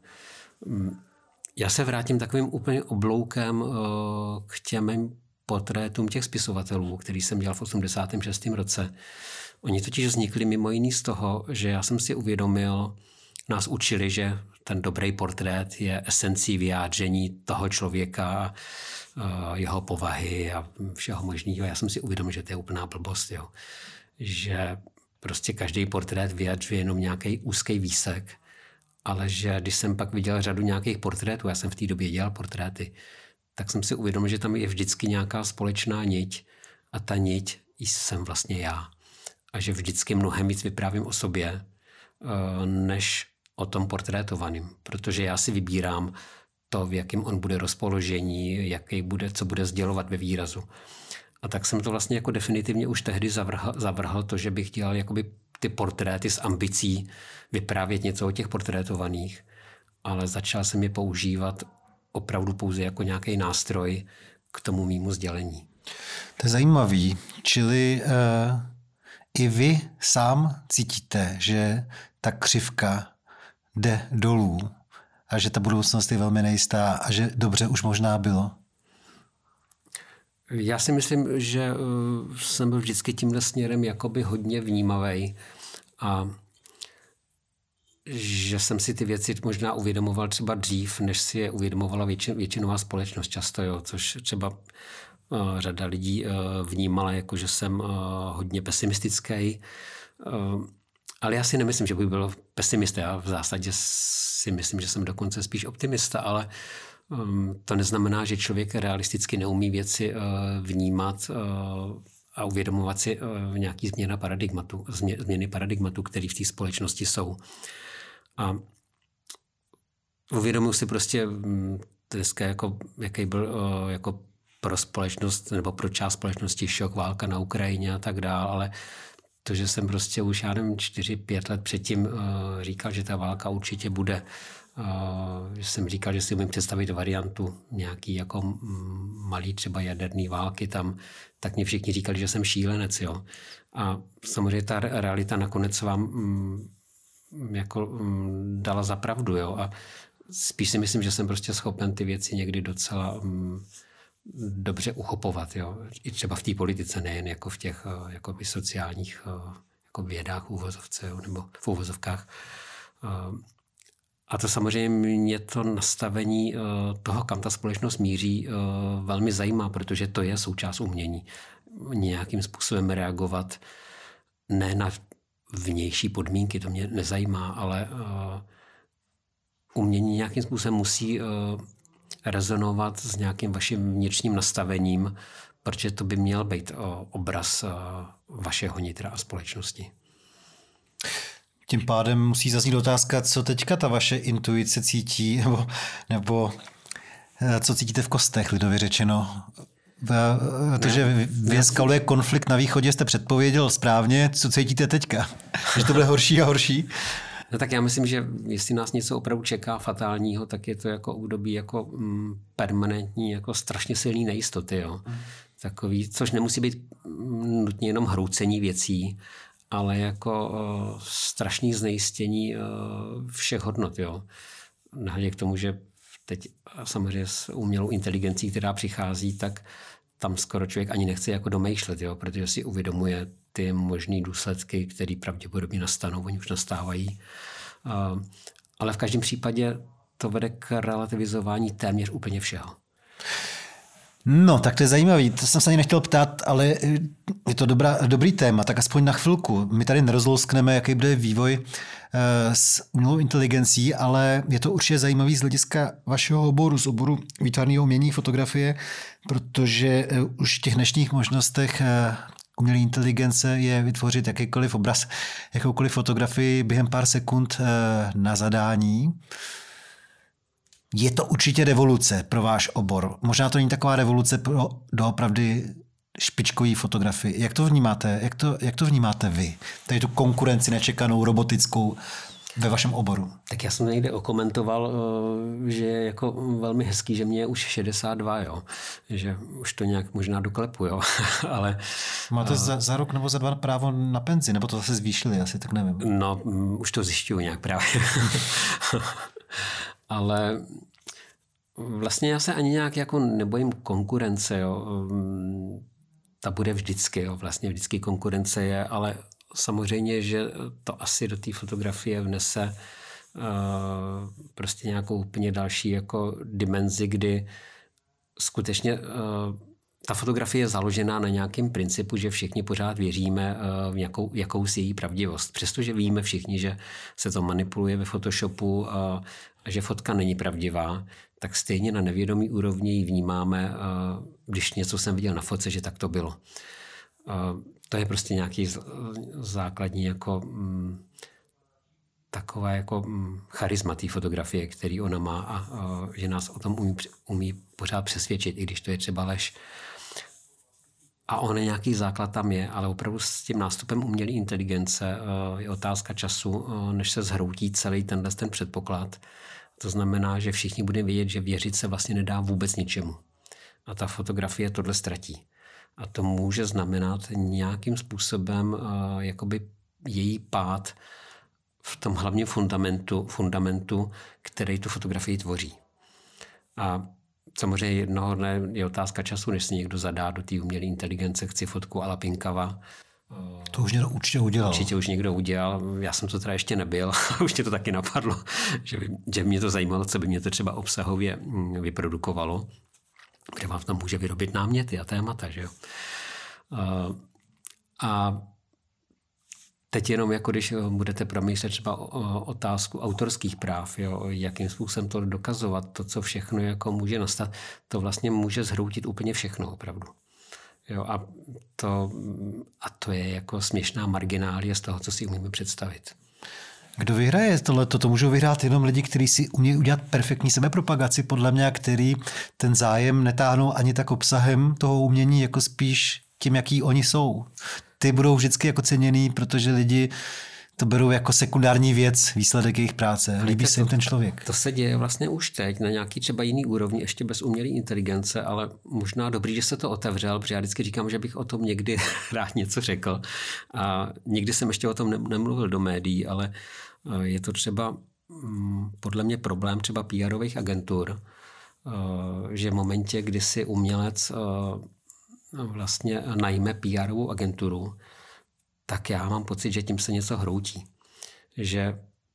Já se vrátím takovým úplně obloukem k těm portrétům těch spisovatelů, který jsem dělal v osmdesátém šestém roce. Oni totiž vznikli mimo jiný z toho, že já jsem si uvědomil, nás učili, že ten dobrý portrét je esencí vyjádření toho člověka, jeho povahy a všeho možného. Já jsem si uvědomil, že to je úplná blbost. Jo. Že prostě každý portrét vyjadřuje jenom nějaký úzký výsek, ale že když jsem pak viděl řadu nějakých portrétů, já jsem v té době dělal portréty, tak jsem si uvědomil, že tam je vždycky nějaká společná niť a ta niť jsem vlastně já. A že vždycky mnohem víc vyprávím o sobě, než o tom portrétovaným, protože já si vybírám to, v jakém on bude rozpoložení, jaký bude, co bude sdělovat ve výrazu. A tak jsem to vlastně jako definitivně už tehdy zavrhl, zavrhl to, že bych dělal jakoby ty portréty s ambicí vyprávět něco o těch portrétovaných, ale začal jsem je používat opravdu pouze jako nějaký nástroj k tomu mému sdělení. To je zajímavý, čili uh, i vy sám cítíte, že ta křivka jde dolů a že ta budoucnost je velmi nejistá a že dobře už možná bylo. Já si myslím, že uh, jsem byl vždycky tímhle směrem jakoby hodně vnímavý a že jsem si ty věci možná uvědomoval třeba dřív, než si je uvědomovala většin, většinová společnost často, jo, což třeba uh, řada lidí uh, vnímala jako, že jsem uh, hodně pesimistický. Uh, ale já si nemyslím, že bych byl pesimista. Já v zásadě si myslím, že jsem dokonce spíš optimista, ale to neznamená, že člověk realisticky neumí věci vnímat a uvědomovat si nějaký změna paradigmatu, změny paradigmatu, které v té společnosti jsou. A uvědomuji si prostě dneska, jako, jaký byl jako pro společnost nebo pro část společnosti šok, válka na Ukrajině a tak dále, ale to, že jsem prostě už, já nevím, čtyři, pět let předtím říkal, že ta válka určitě bude. Uh, že jsem říkal, že si umím představit variantu nějaký jako malý třeba jaderný války tam, tak mě všichni říkali, že jsem šílenec. Jo. A samozřejmě ta realita nakonec vám mm, jako mm, dala za pravdu. Jo. A spíš si myslím, že jsem prostě schopen ty věci někdy docela mm, dobře uchopovat. Jo. I třeba v té politice, nejen jako v těch jako sociálních jako vědách v úvozovce, jo, nebo v úvozovkách. Uh, A to samozřejmě mě to nastavení toho, kam ta společnost míří, velmi zajímá, protože to je součást umění. Nějakým způsobem reagovat ne na vnější podmínky, to mě nezajímá, ale umění nějakým způsobem musí rezonovat s nějakým vaším vnitřním nastavením, protože to by měl být obraz vašeho nitra a společnosti. Tím pádem musí zaznít otázka, co teďka ta vaše intuice cítí, nebo, nebo co cítíte v kostech, lidově řečeno. Protože vyeskaluje konflikt na východě, jste předpověděl správně, co cítíte teďka? Že to bude horší a horší? No tak já myslím, že jestli nás něco opravdu čeká fatálního, tak je to jako období jako mm, permanentní, jako strašně silný nejistoty. Jo. Mm. Takový, což nemusí být nutně jenom hroucení věcí, ale jako uh, strašný znejistění uh, všech hodnot. Jo. Nahledě k tomu, že teď samozřejmě s umělou inteligencí, která přichází, tak tam skoro člověk ani nechce jako domýšlet, jo, protože si uvědomuje ty možné důsledky, které pravděpodobně nastanou, oni už nastávají. Ale v každém případě to vede k relativizování téměř úplně všeho. No, tak to je zajímavý. To jsem se ani nechtěl ptát, ale je to dobrá, dobrý téma, tak aspoň na chvilku. My tady nerozlouskneme, jaký bude vývoj uh, s umělou inteligencí, ale je to určitě zajímavý z hlediska vašeho oboru, z oboru výtvarného umění, fotografie, protože uh, už v těch dnešních možnostech uh, umělé inteligence je vytvořit jakýkoliv obraz, jakoukoliv fotografii během pár sekund uh, na zadání. Je to určitě revoluce pro váš obor. Možná to není taková revoluce pro doopravdy špičkový fotografii. Jak to vnímáte? Jak to, jak to vnímáte vy? Tady tu konkurenci nečekanou, robotickou ve vašem oboru. Tak já jsem někde okomentoval, že je jako velmi hezký, že mě je už šedesát dva, jo. Že už to nějak možná doklepu, jo. Ale máte za, za rok nebo za dva právo na penzi, nebo to zase zvýšili, asi tak nevím. No, už to zjišťuju nějak právě. Ale vlastně já se ani nějak jako nebojím konkurence, jo. Ta bude vždycky, jo. Vlastně vždycky konkurence je, ale samozřejmě, že to asi do té fotografie vnese uh, prostě nějakou úplně další jako dimenzi, kdy skutečně uh, ta fotografie je založená na nějakém principu, že všichni pořád věříme uh, v nějakou, jakousi její pravdivost. Přestože víme všichni, že se to manipuluje ve Photoshopu uh, a že fotka není pravdivá, tak stejně na nevědomý úrovni ji vnímáme, uh, když něco jsem viděl na fotce, že tak to bylo. Uh, To je prostě nějaký základní jako mm, taková jako mm, charisma té fotografie, který ona má a, a že nás o tom umí, umí pořád přesvědčit, i když to je třeba lež. A on nějaký základ tam je, ale opravdu s tím nástupem umělé inteligence uh, je otázka času, uh, než se zhroutí celý tenhle ten předpoklad. To znamená, že všichni budeme vědět, že věřit se vlastně nedá vůbec ničemu. A ta fotografie tohle ztratí. A to může znamenat nějakým způsobem uh, jakoby její pád v tom hlavním fundamentu, fundamentu, který tu fotografii tvoří. A samozřejmě jednoho dne je otázka času, než si někdo zadá do té umělé inteligence, chci fotku a la Pinkava. To už někdo určitě udělal. Určitě už někdo udělal. Já jsem to teda ještě nebyl, už mě to taky napadlo, že, by, že mě to zajímalo, co by mě to třeba obsahově vyprodukovalo, kde vám tam může vyrobit náměty a témata, že jo. A teď jenom, jako když budete promýšlet třeba otázku autorských práv, jo, jakým způsobem to dokazovat, to, co všechno jako může nastat, to vlastně může zhroutit úplně všechno opravdu. Jo, a, to, a to je jako směšná marginálie z toho, co si umíme představit. Kdo vyhraje tohleto? To můžou vyhrát jenom lidi, kteří si umějí udělat perfektní sebepropagaci, podle mě, který ten zájem netáhnou ani tak obsahem toho umění, jako spíš tím, jaký oni jsou. Ty budou vždycky jako ceněný, protože lidi to berou jako sekundární věc, výsledek jejich práce. Líbí se jim ten člověk. To se děje vlastně už teď na nějaký třeba jiný úrovni, ještě bez umělé inteligence, ale možná dobrý, že se to otevřel, protože já vždycky říkám, že bych o tom někdy rád něco řekl. A nikdy jsem ještě o tom nemluvil do médií, ale je to třeba podle mě problém třeba P R-ových agentur, že v momentě, kdy si umělec vlastně najme P R-ovou agenturu, tak já mám pocit, že tím se něco hroutí. Že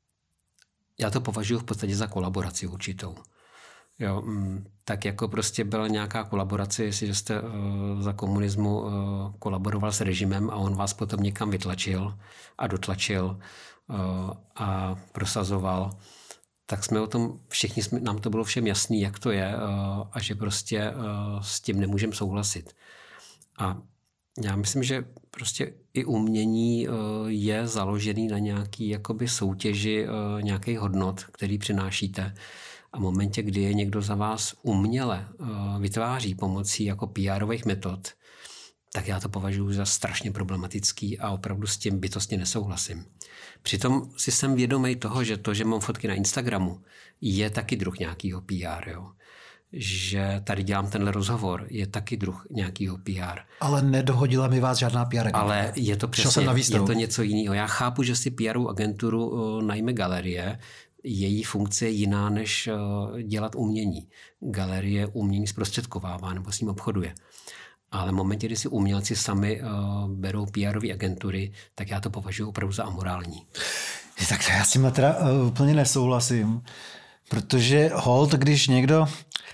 já to považuji v podstatě za kolaboraci určitou. Jo, tak jako prostě byla nějaká kolaborace, jestliže jste uh, za komunismu uh, kolaboroval s režimem a on vás potom někam vytlačil a dotlačil uh, a prosazoval, tak jsme o tom, všichni jsme, nám to bylo všem jasný, jak to je uh, a že prostě uh, s tím nemůžeme souhlasit. A já myslím, že prostě i umění je založený na nějaký jakoby soutěži nějakých hodnot, který přinášíte. A v momentě, kdy je někdo za vás uměle vytváří pomocí jako P R-ových metod, tak já to považuji za strašně problematický a opravdu s tím bytostně nesouhlasím. Přitom si jsem vědomý toho, že to, že mám fotky na Instagramu, je taky druh nějakého P R, jo. Že tady dělám tenhle rozhovor, je taky druh nějakého P R. Ale nedohodila mi vás žádná P R agentura. Ale je to přesně, je to něco jiného. Já chápu, že si P R agenturu uh, najme galerie, její funkce je jiná, než uh, dělat umění. Galerie umění zprostředkovává nebo s ním obchoduje. Ale v momentě, kdy si umělci sami uh, berou P R ové agentury, tak já to považuji opravdu za amorální. Tak já s tím teda uh, úplně nesouhlasím, protože hold, když někdo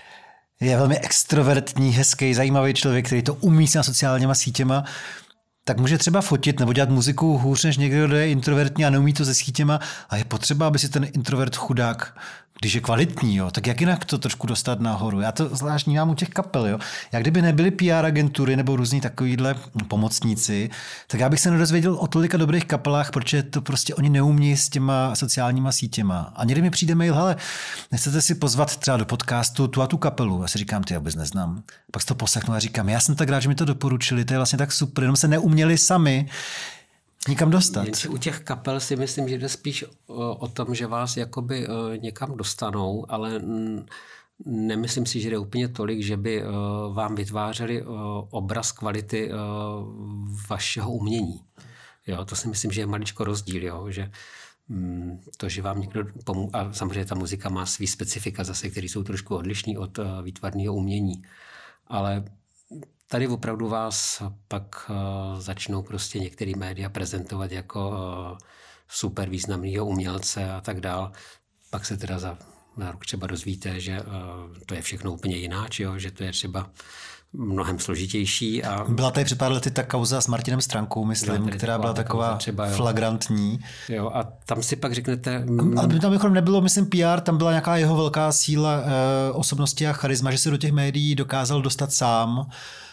je velmi extrovertní, hezký, zajímavý člověk, který to umí s sociálníma sítěma, tak může třeba fotit nebo dělat muziku hůř než někdo, kdo je introvertní a neumí to se sítěma a je potřeba, aby si ten introvert chudák, když je kvalitní, jo, tak jak jinak to trošku dostat nahoru. Já to zvlášť vnímám u těch kapel. Jo. Jak kdyby nebyly P R agentury nebo různí takovýhle pomocníci, tak já bych se nedozvěděl o tolika dobrých kapelách, protože to prostě oni neumí s těma sociálníma sítěma. A někdy mi přijde mail, hele, nechcete si pozvat třeba do podcastu tu a tu kapelu. Já si říkám, ty já vůbec neznám. Pak si to poslechnu a říkám, já jsem tak rád, že mi to doporučili, to je vlastně tak super, jenom se neuměli sami nikam dostat. Jenže u těch kapel si myslím, že jde spíš o, o tom, že vás jakoby uh, někam dostanou, ale mm, nemyslím si, že jde úplně tolik, že by uh, vám vytvářeli uh, obraz kvality uh, vašeho umění. Jo, to si myslím, že je maličko rozdíl, jo, že mm, to, že vám někdo pomůže, a samozřejmě ta muzika má svý specifika zase, které jsou trošku odlišný od uh, výtvarného umění, ale tady opravdu vás pak uh, začnou prostě některé média prezentovat jako uh, super významného umělce a tak dál. Pak se teda za, za rok třeba dozvíte, že uh, to je všechno úplně jináč, jo? Že to je třeba mnohem složitější. A... Byla tady před pár lety ta kauza s Martinem Stránkou, myslím, která byla taková třeba, flagrantní. Jo, a tam si pak řeknete... Ale tam jako nebylo, myslím, P R, tam byla nějaká jeho velká síla uh, osobnosti a charisma, že se do těch médií dokázal dostat sám.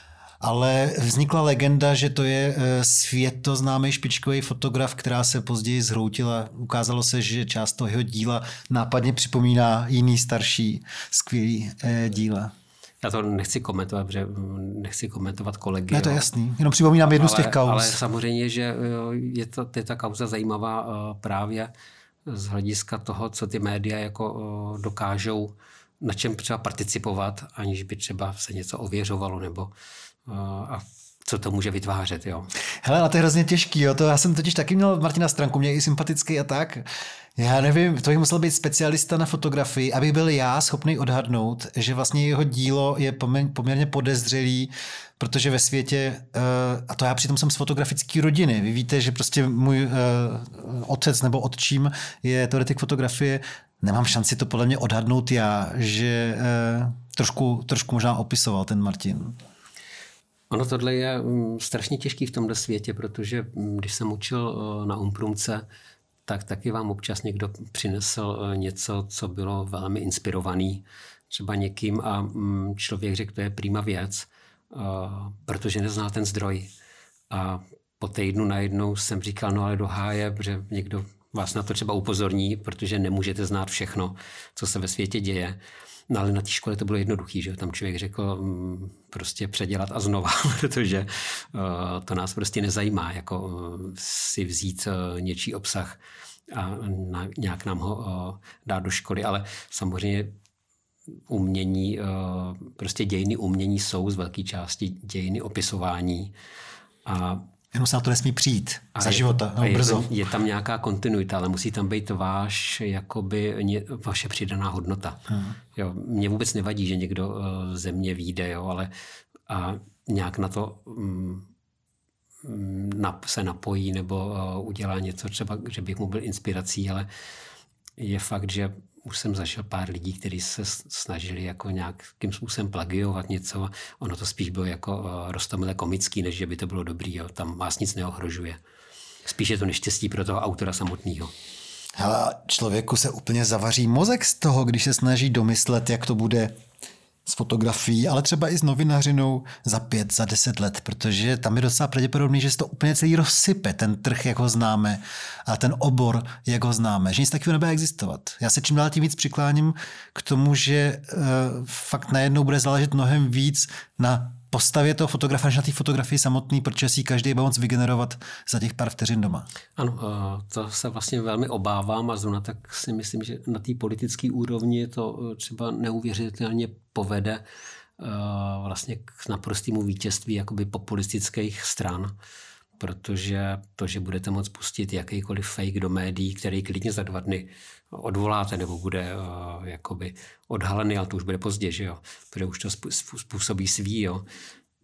Ale vznikla legenda, že to je světoznámý špičkový fotograf, která se později zhroutila. Ukázalo se, že část toho jeho díla nápadně připomíná jiný starší skvělý díla. Já to nechci komentovat, protože nechci komentovat kolegy. Ne, to je jasný. Jenom připomínám jednu ale, z těch kauz. Ale samozřejmě, že je, to, je ta kauza zajímavá právě z hlediska toho, co ty média jako dokážou, na čem třeba participovat, aniž by třeba se něco ověřovalo nebo a co to může vytvářet, jo. Hele, ale to je hrozně těžký, jo. To já jsem totiž taky měl Martina Stránku, mě je i sympatický a tak. Já nevím, to bych musel být specialista na fotografii, aby byl já schopný odhadnout, že vlastně jeho dílo je poměrně podezřelý, protože ve světě, a to já přitom jsem z fotografické rodiny, vy víte, že prostě můj otec nebo otčím je teoretik fotografie, nemám šanci to podle mě odhadnout já, že trošku, trošku možná opisoval ten Martin. Ono tohle je strašně těžký v tomhle světě, protože když jsem učil na Umprumce, tak taky vám občas někdo přinesl něco, co bylo velmi inspirovaný třeba někým a člověk řekl, to je prima věc, protože neznal ten zdroj. A po týdnu najednou jsem říkal, no ale do háje, protože někdo vás na to třeba upozorní, protože nemůžete znát všechno, co se ve světě děje. No ale na té škole to bylo jednoduchý, že tam člověk řekl mm, prostě předělat a znova, protože uh, to nás prostě nezajímá, jako uh, si vzít uh, něčí obsah a na, nějak nám ho uh, dát do školy, ale samozřejmě umění, uh, prostě dějiny umění jsou z velké části dějiny opisování a jenom se na to nesmí přijít a za je, života, no, je, brzo. Je tam nějaká kontinuita, ale musí tam být váš, jakoby, ně, vaše přidaná hodnota. Hmm. Jo, mně vůbec nevadí, že někdo uh, ze mě vyjde, jo, ale a nějak na to um, na, se napojí nebo uh, udělá něco, třeba, že bych mu byl inspirací, ale je fakt, že už jsem zažil pár lidí, kteří se snažili jako nějakým způsobem plagiovat něco. Ono to spíš bylo jako uh, roztomile komický, než že by to bylo dobrý. Jo. Tam vás nic neohrožuje. Spíš je to neštěstí pro toho autora samotného. Hele, člověku se úplně zavaří mozek z toho, když se snaží domyslet, jak to bude s fotografií, ale třeba i s novinařinou za pět, za deset let, protože tam je docela pravděpodobný, že se to úplně celý rozsype, ten trh, jak ho známe, a ten obor, jak ho známe, že nic takového nebude existovat. Já se čím dál tím víc přikláním k tomu, že uh, fakt najednou bude záležet mnohem víc na postavě toho fotografa, než na té fotografii samotný, protože si každý bude moc vygenerovat za těch pár vteřin doma. Ano, to se vlastně velmi obávám a zrovna tak si myslím, že na té politické úrovni to třeba neuvěřitelně povede vlastně k naprostému vítězství jakoby populistických stran, protože to, že budete moct pustit jakýkoliv fake do médií, který klidně za dva dny odvoláte nebo bude uh, jakoby odhalený, ale to už bude pozdě, že jo, protože už to způsobí svý, jo.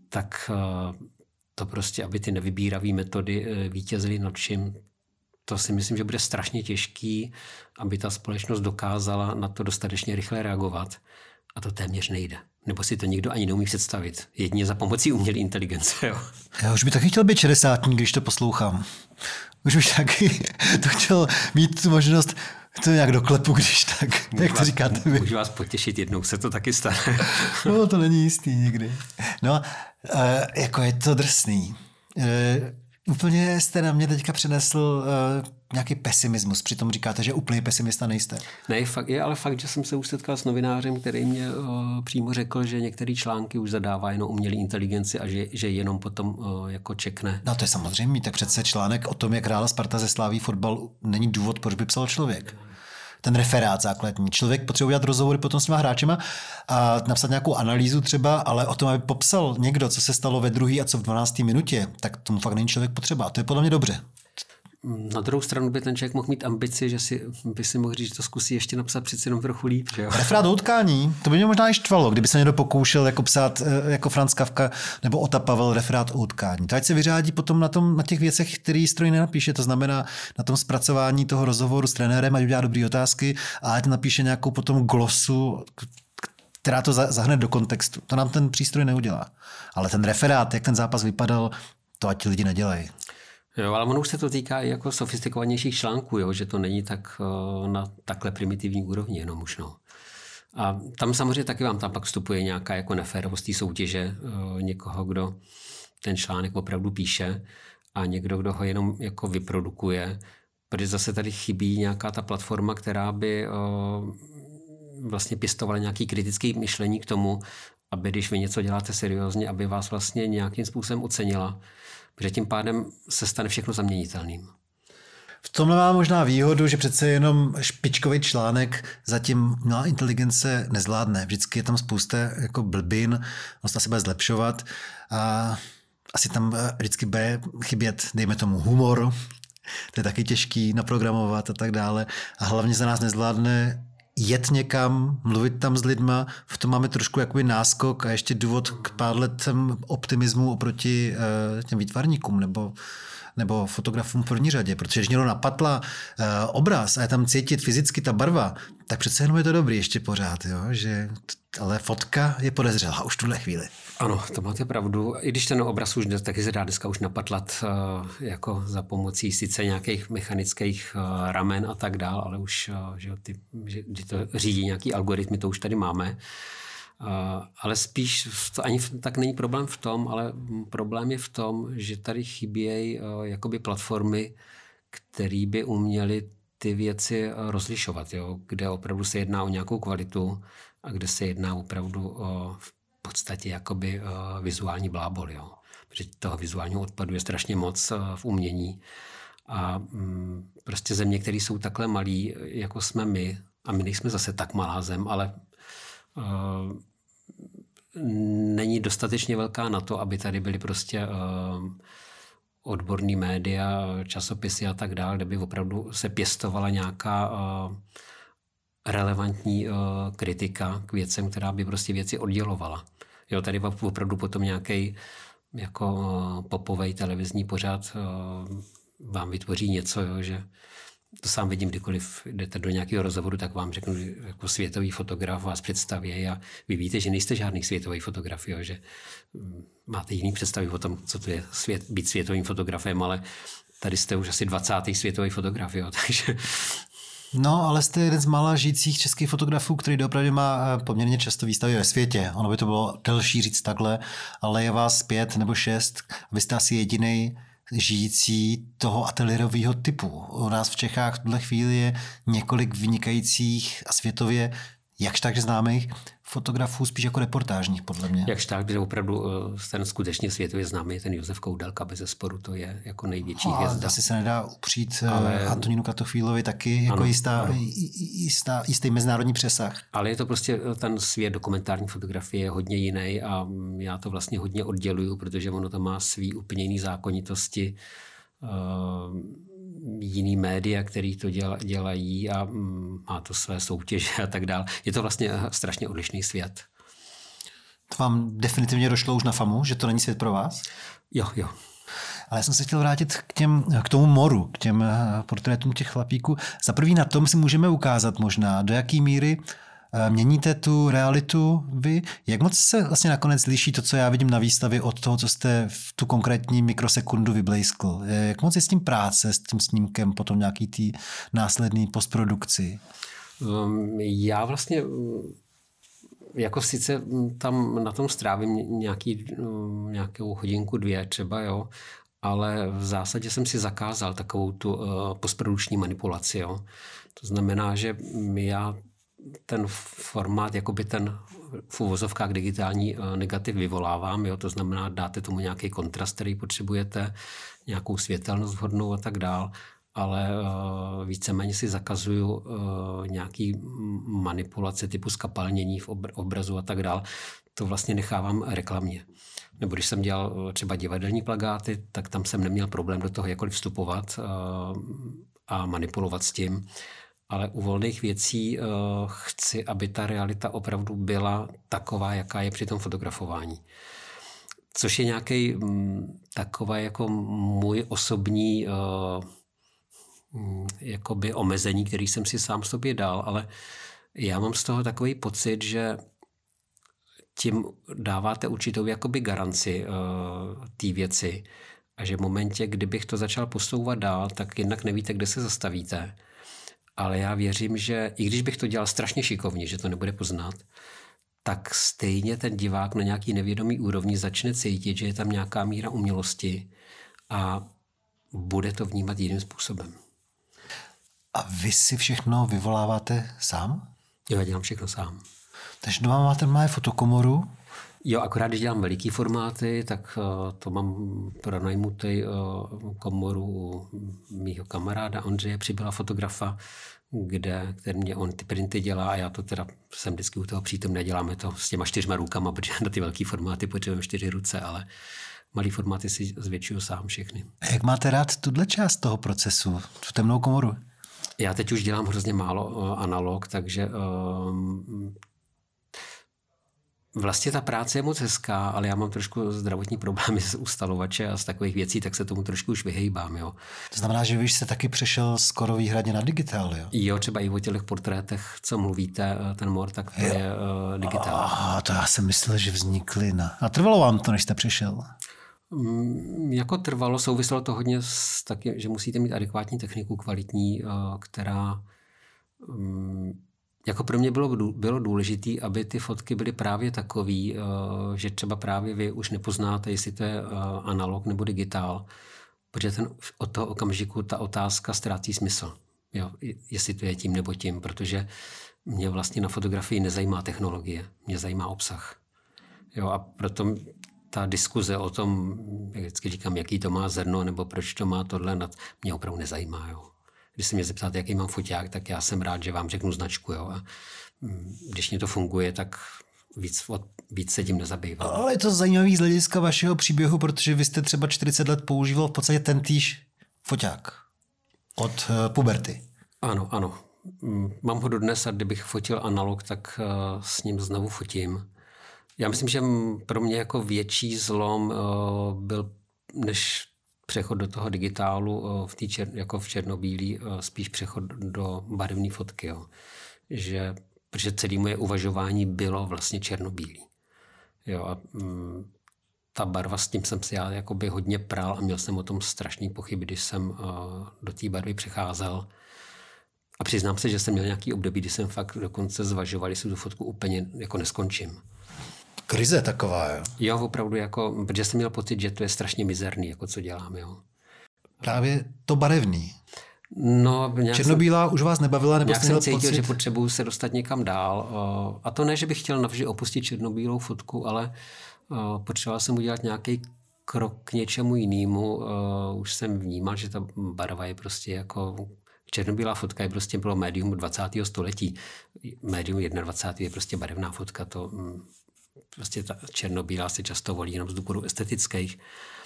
tak to prostě, aby ty nevybíravé metody vítězily nad vším, to si myslím, že bude strašně těžký, aby ta společnost dokázala na to dostatečně rychle reagovat. A to téměř nejde. Nebo si to nikdo ani neumí představit. Jedině za pomocí umělé inteligence. Jo. Já už bych taky chtěl být šedesátník, když to poslouchám. Už bych taky to chtěl mít tu možnost to nějak doklepu, když tak, můžu jak to vás, říkáte vy. Můžu vás potěšit, jednou se to taky stane. No, to není jistý nikdy. No, e, jako je to drsný. E, úplně jste na mě teďka přinesl e, nějaký pesimismus, přitom říkáte, že úplně pesimista nejste. Ne, fakt, je ale fakt, že jsem se už setkal s novinářem, který mě uh, přímo řekl, že některé články už zadává jenom umělé inteligenci a že, že jenom potom uh, jako čekne. No to je samozřejmě, tak přece článek o tom, jak hrála Sparta ze Slaví fotbal, není důvod, proč by psal člověk. Ten referát základní. Člověk potřebuje udělat rozhovory potom s těma hráčema a napsat nějakou analýzu třeba, ale o tom, aby popsal někdo, co se stalo ve druhé a co v dvanácté minutě, tak tomu fakt není člověk potřeba. A to je podle mě dobře. Na druhou stranu by ten člověk mohl mít ambici, že si, by si mohl říct, že to zkusí ještě napsat přeci jenom trochu líp. Že jo? Referát o utkání, to by mě možná i štvalo, kdyby se někdo pokoušel jako psát jako Franz Kafka nebo Ota Pavel referát o utkání. To ať se vyřádí potom na, tom, na těch věcech, který stroj nenapíše, to znamená na tom zpracování toho rozhovoru s trenérem, ať udělá dobré otázky a ať napíše nějakou potom glosu, která to zahne do kontextu. To nám ten přístroj neudělá. Ale ten referát, jak ten zápas vypadal, to ať ti lidi nedělají. Jo, ale ono už se to týká i jako sofistikovanějších článků, jo, že to není tak na takhle primitivní úrovni jenom už. No. A tam samozřejmě taky vám tam pak vstupuje nějaká jako neférovost té soutěže někoho, kdo ten článek opravdu píše a někdo, kdo ho jenom jako vyprodukuje, protože zase tady chybí nějaká ta platforma, která by vlastně pěstovala nějaký kritický myšlení k tomu, aby když vy něco děláte seriózně, aby vás vlastně nějakým způsobem ocenila, protože tím pádem se stane všechno zaměnitelným. V tomhle má možná výhodu, že přece jenom špičkový článek zatím umělá inteligence nezvládne. Vždycky je tam spousta jako blbin, vlastně se bude zlepšovat a asi tam vždycky bude chybět, dejme tomu, humor, to je taky těžký naprogramovat a tak dále. A hlavně za nás nezvládne jet někam, mluvit tam s lidma, v tom máme trošku jakoby náskok a ještě důvod k pár letem optimismu oproti uh, těm výtvarníkům nebo, nebo fotografům v první řadě, protože když někdo napatla uh, obraz a je tam cítit fyzicky ta barva, tak přece jenom je to dobrý ještě pořád, jo? Že, ale fotka je podezřelá už v tuhle chvíli. Ano, to máte pravdu. I když ten obraz už taky se dá dneska už napatlat uh, jako za pomocí sice nějakých mechanických uh, ramen a tak dál, ale už uh, že, ty, že, že to řídí nějaký algoritmy, to už tady máme. Uh, ale spíš to ani tak není problém v tom, ale problém je v tom, že tady chybějí uh, jakoby platformy, které by uměly ty věci rozlišovat, jo? Kde opravdu se jedná o nějakou kvalitu a kde se jedná opravdu o v podstatě jakoby uh, vizuální blábol, jo. Protože toho vizuálního odpadu je strašně moc uh, v umění. A um, prostě země, které jsou takhle malí, jako jsme my, a my nejsme zase tak malá zem, ale uh, není dostatečně velká na to, aby tady byly prostě uh, odborný média, časopisy a tak dále, kde by opravdu se pěstovala nějaká uh, relevantní uh, kritika k věcem, která by prostě věci oddělovala. Jo, tady opravdu potom nějaký jako uh, popovej televizní pořad uh, vám vytvoří něco, jo, že to sám vidím, kdykoliv jdete do nějakého rozhovoru, tak vám řeknu, že jako světový fotograf vás představí a vy víte, že nejste žádný světový fotograf, jo, že máte jiný představy o tom, co to je svět, být světovým fotografem, ale tady jste už asi dvacátý světový fotograf, jo, takže... No, ale jste jeden z mála žijících českých fotografů, který opravdu má poměrně často výstavy ve světě. Ono by to bylo delší říct takhle, ale je vás pět nebo šest. Vy jste asi jedinej žijící toho ateliérového typu. U nás v Čechách v tuhle chvíli je několik vynikajících a světově jakž tak známých fotografů, spíš jako reportážních, podle mě. Jakž tak, že opravdu ten skutečně světově známý, ten Josef Koudelka, bezesporu, to je jako největší no, hvězda. Asi se nedá upřít ale... Antonínu Kratochvílovi taky jako ano, jistá, ano. Jistá, jistý mezinárodní přesah. Ale je to prostě, ten svět dokumentární fotografie je hodně jiný a já to vlastně hodně odděluju, protože ono to má svý úplně jiný zákonitosti, uh, jiný média, který to dělají a má to své soutěže a tak dále. Je to vlastně strašně odlišný svět. To vám definitivně došlo už na famu, že to není svět pro vás? Jo, jo. Ale já jsem se chtěl vrátit k, těm, k tomu moru, k těm portrétům těch chlapíků. Za prvý na tom si můžeme ukázat možná, do jaký míry měníte tu realitu vy. Jak moc se vlastně nakonec liší to, co já vidím na výstavě od toho, co jste v tu konkrétní mikrosekundu vyblejskl? Jak moc je s tím práce, s tím snímkem, potom nějaký tý následný postprodukci? Um, já vlastně jako sice tam na tom strávím nějaký, nějakou hodinku, dvě třeba, jo, ale v zásadě jsem si zakázal takovou tu uh, postprodukční manipulaci. Jo. To znamená, že já ten formát, jakoby ten v uvozovkách digitální uh, negativ vyvolávám. Jo. To znamená, dáte tomu nějaký kontrast, který potřebujete, nějakou světelnost vhodnou a tak dál, ale uh, víceméně si zakazuju uh, nějaký manipulace typu skapalnění v obr- obrazu a tak dál. To vlastně nechávám reklamně. Nebo když jsem dělal třeba divadelní plakáty, tak tam jsem neměl problém do toho jakkoliv vstupovat uh, a manipulovat s tím. Ale u volných věcí uh, chci, aby ta realita opravdu byla taková, jaká je při tom fotografování. Což je nějaký um, taková jako můj osobní uh, um, jakoby omezení, který jsem si sám sobě dal, ale já mám z toho takový pocit, že tím dáváte určitou jakoby garanci uh, té věci a že v momentě, kdybych to začal posouvat dál, tak jednak nevíte, kde se zastavíte. Ale já věřím, že i když bych to dělal strašně šikovně, že to nebude poznat, tak stejně ten divák na nějaký nevědomý úrovni začne cítit, že je tam nějaká míra umělosti a bude to vnímat jiným způsobem. A vy si všechno vyvoláváte sám? Jo, já dělám všechno sám. Takže doma máte má fotokomoru? Jo, akorát když dělám veliký formáty, tak uh, to mám pronajmutý uh, komoru u mýho kamaráda Ondřeje Přibyla, fotografa, kde, který mě on ty printy dělá a já to teda jsem vždycky u toho přítom, neděláme to s těma čtyřma rukama, protože na ty velký formáty potřebujeme čtyři ruce, ale malý formáty si zvětšuju sám všechny. A jak máte rád tuhle část toho procesu, tu temnou komoru? Já teď už dělám hrozně málo uh, analog, takže uh, vlastně ta práce je moc hezká, ale já mám trošku zdravotní problémy z ustalovače a z takových věcí, tak se tomu trošku už vyhejbám. Jo. To znamená, že vy jste taky přešel skoro výhradně na digitál, jo? Jo, třeba i o těch portrétech, co mluvíte, ten mor, tak to jo. je uh, digitál. A to já jsem myslel, že vznikly na... A trvalo vám to, než jste přišel? Mm, jako trvalo, souviselo to hodně s taky, že musíte mít adekvátní techniku, kvalitní, uh, která... Um, Jako pro mě bylo, bylo důležité, aby ty fotky byly právě takový, že třeba právě vy už nepoznáte, jestli to je analog nebo digitál, protože ten, od toho okamžiku ta otázka ztrácí smysl. Jo, jestli to je tím nebo tím, protože mě vlastně na fotografii nezajímá technologie, mě zajímá obsah. Jo, a proto ta diskuze o tom, jak vždycky říkám, jaký to má zrno nebo proč to má tohle, mě opravdu nezajímá. Jo. Když se mě zeptáte, jaký mám foťák, tak já jsem rád, že vám řeknu značku. Jo. A když mě to funguje, tak víc, víc se tím nezabývám. Ale je to zajímavý z hlediska vašeho příběhu, protože vy jste třeba čtyřicet let používal v podstatě tentýž foťák od puberty. Ano, ano. Mám ho dodnes a kdybych fotil analog, tak s ním znovu fotím. Já myslím, že pro mě jako větší zlom byl, než přechod do toho digitálu v tý čer, jako v černobílý, spíš přechod do barevné fotky. Jo. Že, protože celé moje uvažování bylo vlastně černobílý. Jo, a mm, ta barva, s tím jsem si já jakoby hodně prál a měl jsem o tom strašný pochyby, když jsem uh, do té barvy přecházel. A přiznám se, že jsem měl nějaký období, kdy jsem fakt dokonce zvažoval, jestli tu fotku úplně jako neskončím. Krize taková, jo? Jo, opravdu, jako, protože jsem měl pocit, že to je strašně mizerný, jako co dělám, jo. Právě to barevný. No, černobílá jsem, už vás nebavila, nebo jste měl jsem cítil, pocit? že potřebuju se dostat někam dál. A to ne, že bych chtěl navždy opustit černobílou fotku, ale potřeboval jsem udělat nějaký krok k něčemu jinému. Už jsem vnímal, že ta barva je prostě jako... Černobílá fotka je prostě bylo médium dvacátého století. Médium dvacátého prvního je prostě barevná fotka. To, prostě ta černobílá se často volí jenom z důvodů estetických.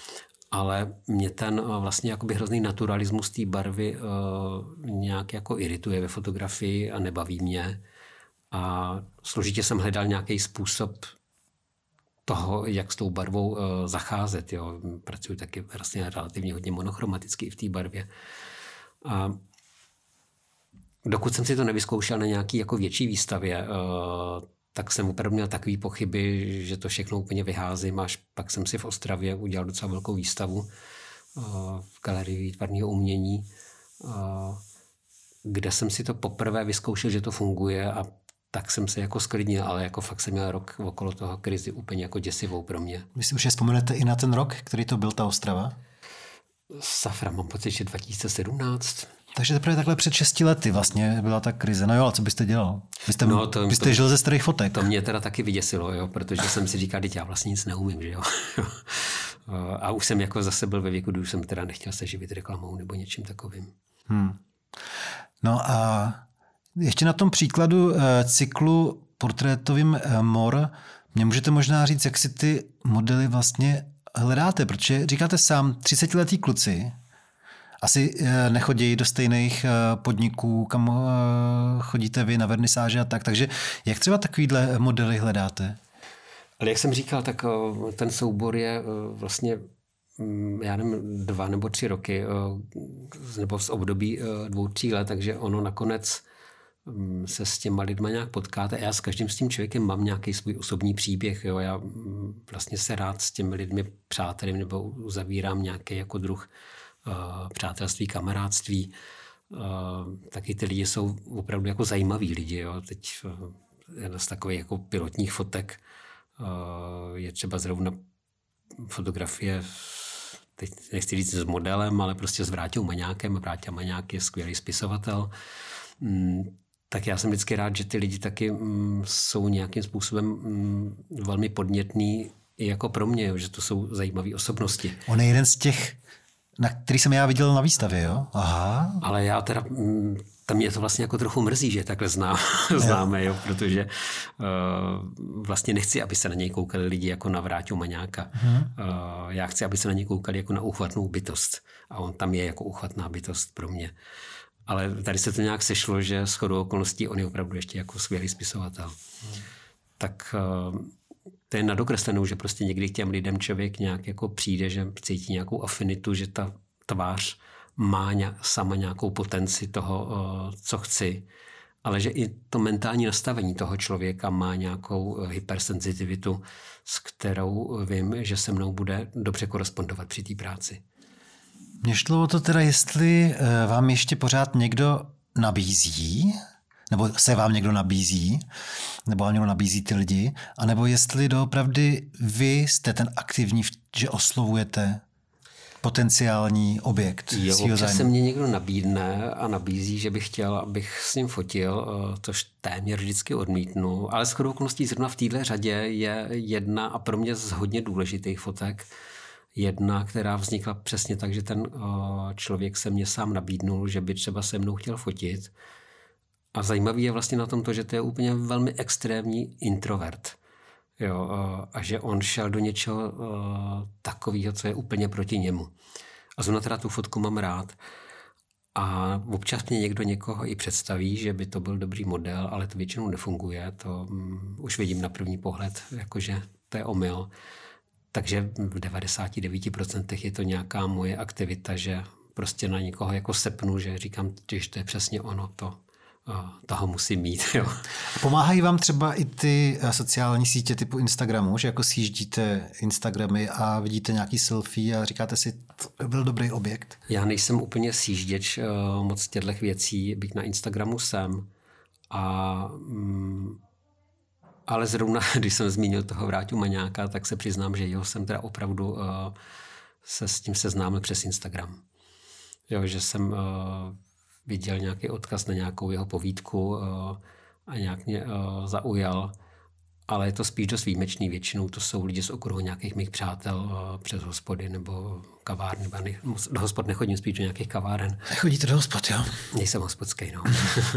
Ale mě ten vlastně jakoby hrozný naturalismus té barvy uh, nějak jako irituje ve fotografii a nebaví mě. A složitě jsem hledal nějaký způsob toho, jak s tou barvou uh, zacházet. Jo. Pracuji taky vlastně relativně hodně monochromaticky v té barvě. A dokud jsem si to nevyzkoušel na nějaký jako větší výstavě, uh, tak jsem opravdu měl takové pochyby, že to všechno úplně vyházím, až pak jsem si v Ostravě udělal docela velkou výstavu uh, v Galerii výtvarného umění, uh, kde jsem si to poprvé vyzkoušel, že to funguje, a tak jsem se jako sklidnil, ale jako fakt jsem měl rok okolo toho krizi úplně jako děsivou pro mě. Vy si už je vzpomenete i na ten rok, který to byl ta Ostrava? Safra, mám pocit, že dva tisíce sedmnáct. Takže teprve takhle před šesti lety vlastně byla ta krize. No jo, a co byste dělal? Byste, no to, byste to, žil ze starých fotek. To mě teda taky vyděsilo, jo, protože jsem si říkal, že já vlastně nic neumím, že jo. A už jsem jako zase byl ve věku, kdy už jsem teda nechtěl se živit reklamou nebo něčím takovým. Hmm. No a ještě na tom příkladu e, cyklu portrétovým e, Mor mě můžete možná říct, jak si ty modely vlastně hledáte, protože říkáte sám, třicetiletí kluci asi e, nechodí do stejných e, podniků, kam e, chodíte vy na vernisáže a tak, takže jak třeba takovýhle modely hledáte? Ale jak jsem říkal, tak o, ten soubor je o, vlastně já nevím, dva nebo tři roky, nebo z období dvou, tří let, takže ono nakonec se s těma lidma nějak potkáte. Já s každým s tím člověkem mám nějaký svůj osobní příběh. Jo. Já vlastně se rád s těmi lidmi přátelím nebo uzavírám nějaký jako druh uh, přátelství, kamarádství. Uh, taky ty lidi jsou opravdu jako zajímaví lidi. Jo. Teď uh, jedna z takových jako pilotních fotek uh, je třeba zrovna fotografie, teď nechci říct s modelem, ale prostě s Vráťou Maňákem. Vráťa Maňák je skvělý spisovatel. Mm, tak já jsem vždycky rád, že ty lidi taky mm, jsou nějakým způsobem mm, velmi podnětný i jako pro mě, jo, že to jsou zajímavé osobnosti. On je jeden z těch, na který jsem já viděl na výstavě, jo? Aha. Ale já teda, mm, tam mě to vlastně jako trochu mrzí, že takhle zná, známe, jo, protože uh, vlastně nechci, aby se na něj koukali lidi jako na Vráťu Maňáka. Hmm. Uh, já chci, aby se na něj koukali jako na úchvatnou bytost. A on tam je jako úchvatná bytost pro mě. Ale tady se to nějak sešlo, že shodou okolností on je opravdu ještě jako skvělý spisovatel. Hmm. Tak uh, to je na dokreslenou, že prostě někdy k těm lidem člověk nějak jako přijde, že cítí nějakou afinitu, že ta tvář má ně, sama nějakou potenci toho, uh, co chci, ale že i to mentální nastavení toho člověka má nějakou hypersenzitivitu, s kterou vím, že se mnou bude dobře korespondovat při té práci. Mně šlo o to teda, jestli vám ještě pořád někdo nabízí, nebo se vám někdo nabízí, nebo vám někdo nabízí ty lidi, anebo jestli doopravdy vy jste ten aktivní, že oslovujete potenciální objekt jo, svýho zájmu. se mě někdo nabídne a nabízí, že bych chtěl, abych s ním fotil, což téměř vždycky odmítnu, ale shodou okolností zrovna v téhle řadě je jedna a pro mě z hodně důležitých fotek, jedna, která vznikla přesně tak, že ten člověk se mě sám nabídnul, že by třeba se mnou chtěl fotit. A zajímavý je vlastně na tom to, že to je úplně velmi extrémní introvert. Jo, a že on šel do něčeho takového, co je úplně proti němu. A zrovna teda tu fotku mám rád. A občas mě někdo někoho i představí, že by to byl dobrý model, ale to většinou nefunguje. To um, už vidím na první pohled, jakože to je omyl. Takže v devadesát devět procent je to nějaká moje aktivita, že prostě na někoho jako sepnu, že říkám, že to je přesně ono, to, toho musím mít. Jo. Pomáhají vám třeba i ty sociální sítě typu Instagramu, že jako sjíždíte Instagramy a vidíte nějaký selfie a říkáte si, to byl dobrý objekt? Já nejsem úplně sjížděč moc těchto věcí, byť na Instagramu jsem. A... Mm, ale zrovna, když jsem zmínil toho Vráťu Maňáka, tak se přiznám, že jo, jsem teda opravdu uh, se s tím seznámil přes Instagram. Jo, že jsem uh, viděl nějaký odkaz na nějakou jeho povídku uh, a nějak mě uh, zaujal, ale je to spíš dost výjimečný. Většinou to jsou lidi z okruhu nějakých mých přátel uh, přes hospody nebo kavárny. Do hospod nechodím, spíš do nějakých kaváren. Nechodíte do hospod, jo? Nejsem hospodský, no.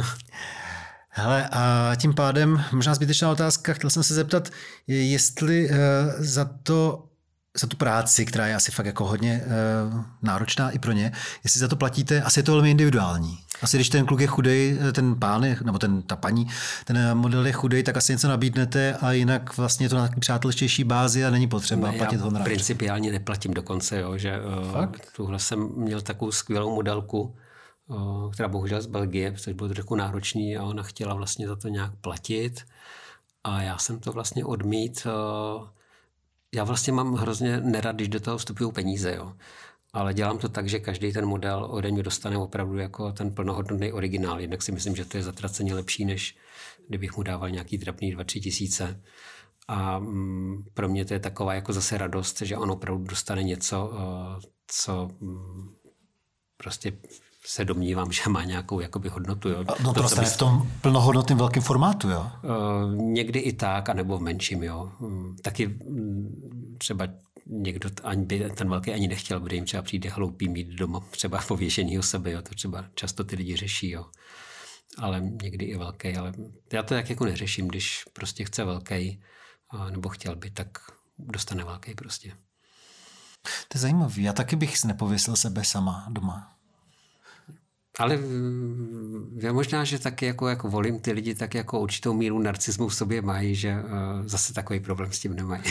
Hele, a tím pádem, možná zbytečná otázka, chtěl jsem se zeptat, jestli uh, za to za tu práci, která je asi fakt jako hodně uh, náročná i pro ně, jestli za to platíte, asi je to velmi individuální. Asi když ten kluk je chudej, ten pán je, nebo ten, ta paní, ten model je chudej, tak asi něco nabídnete a jinak vlastně je to na takový přátelštější bázi a není potřeba ne, platit honorář. Já principiálně neplatím dokonce, jo, že uh, tuhle jsem měl takovou skvělou modelku, uh, která bohužel z Belgie, protože bylo to trochu náročný a ona chtěla vlastně za to nějak platit a já jsem to vlastně odmít. Uh, já vlastně mám hrozně nerad, když do toho vstupují peníze, jo. Ale dělám to tak, že každý ten model ode mě dostane opravdu jako ten plnohodnotný originál. Jednak si myslím, že to je zatraceně lepší, než kdybych mu dával nějaký drobný dva, tři tisíce. A mm, pro mě to je taková jako zase radost, že on opravdu dostane něco, uh, co mm, prostě se domnívám, že má nějakou jakoby hodnotu. Jo. No to, to dostane v tom plnohodnotném velkém formátu, jo? Uh, někdy i tak, anebo v menším, jo. Um, taky um, třeba někdo ani by ten velký ani nechtěl, bude jim třeba přijde hloupý mít doma třeba pověšený o sebe, jo. To třeba často ty lidi řeší, jo. Ale někdy i velký, ale já to tak jako neřeším, když prostě chce velký, uh, nebo chtěl by, tak dostane velký prostě. To je zajímavý. Já taky bych si nepověsil sebe sama doma. Ale já možná, že taky jako, jako volím ty lidi, tak jako určitou míru narcismu v sobě mají, že uh, zase takový problém s tím nemají.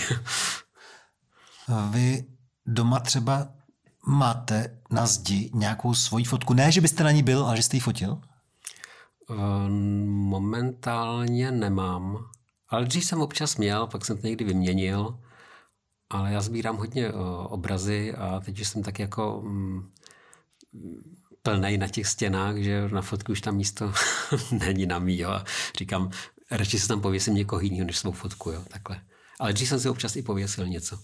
Vy doma třeba máte na zdi nějakou svoji fotku? Ne, že byste na ní byl, ale že jste ji fotil? Uh, momentálně nemám. Ale dřív jsem občas měl, pak jsem to někdy vyměnil. Ale já sbírám hodně uh, obrazy a teď jsem tak jako... Um, plnej na těch stěnách, že na fotku už tam místo není na mý, jo. A říkám, radši se tam pověsím někoho jiného, než svou fotku, jo, takhle. Ale dřív jsem si občas i pověsil něco.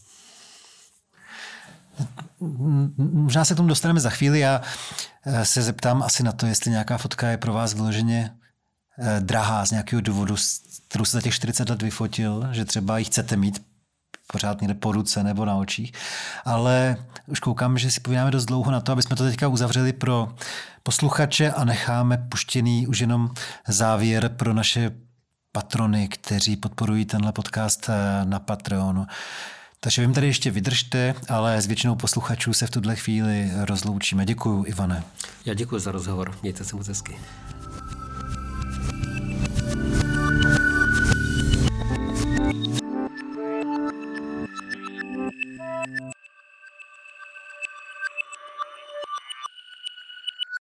Možná se k tomu dostaneme za chvíli. Já se zeptám asi na to, jestli nějaká fotka je pro vás vyloženě drahá z nějakého důvodu, kterou se za těch čtyřicet let vyfotil, že třeba ji chcete mít pořád někde po ruce nebo na očích. Ale už koukám, že si povídáme dost dlouho na to, aby jsme to teďka uzavřeli pro posluchače a necháme puštěný už jenom závěr pro naše patrony, kteří podporují tenhle podcast na Patreonu. Takže vím, tady ještě vydržte, ale s většinou posluchačů se v tuhle chvíli rozloučíme. Děkuju, Ivane. Já děkuji za rozhovor. Mějte se moc hezky.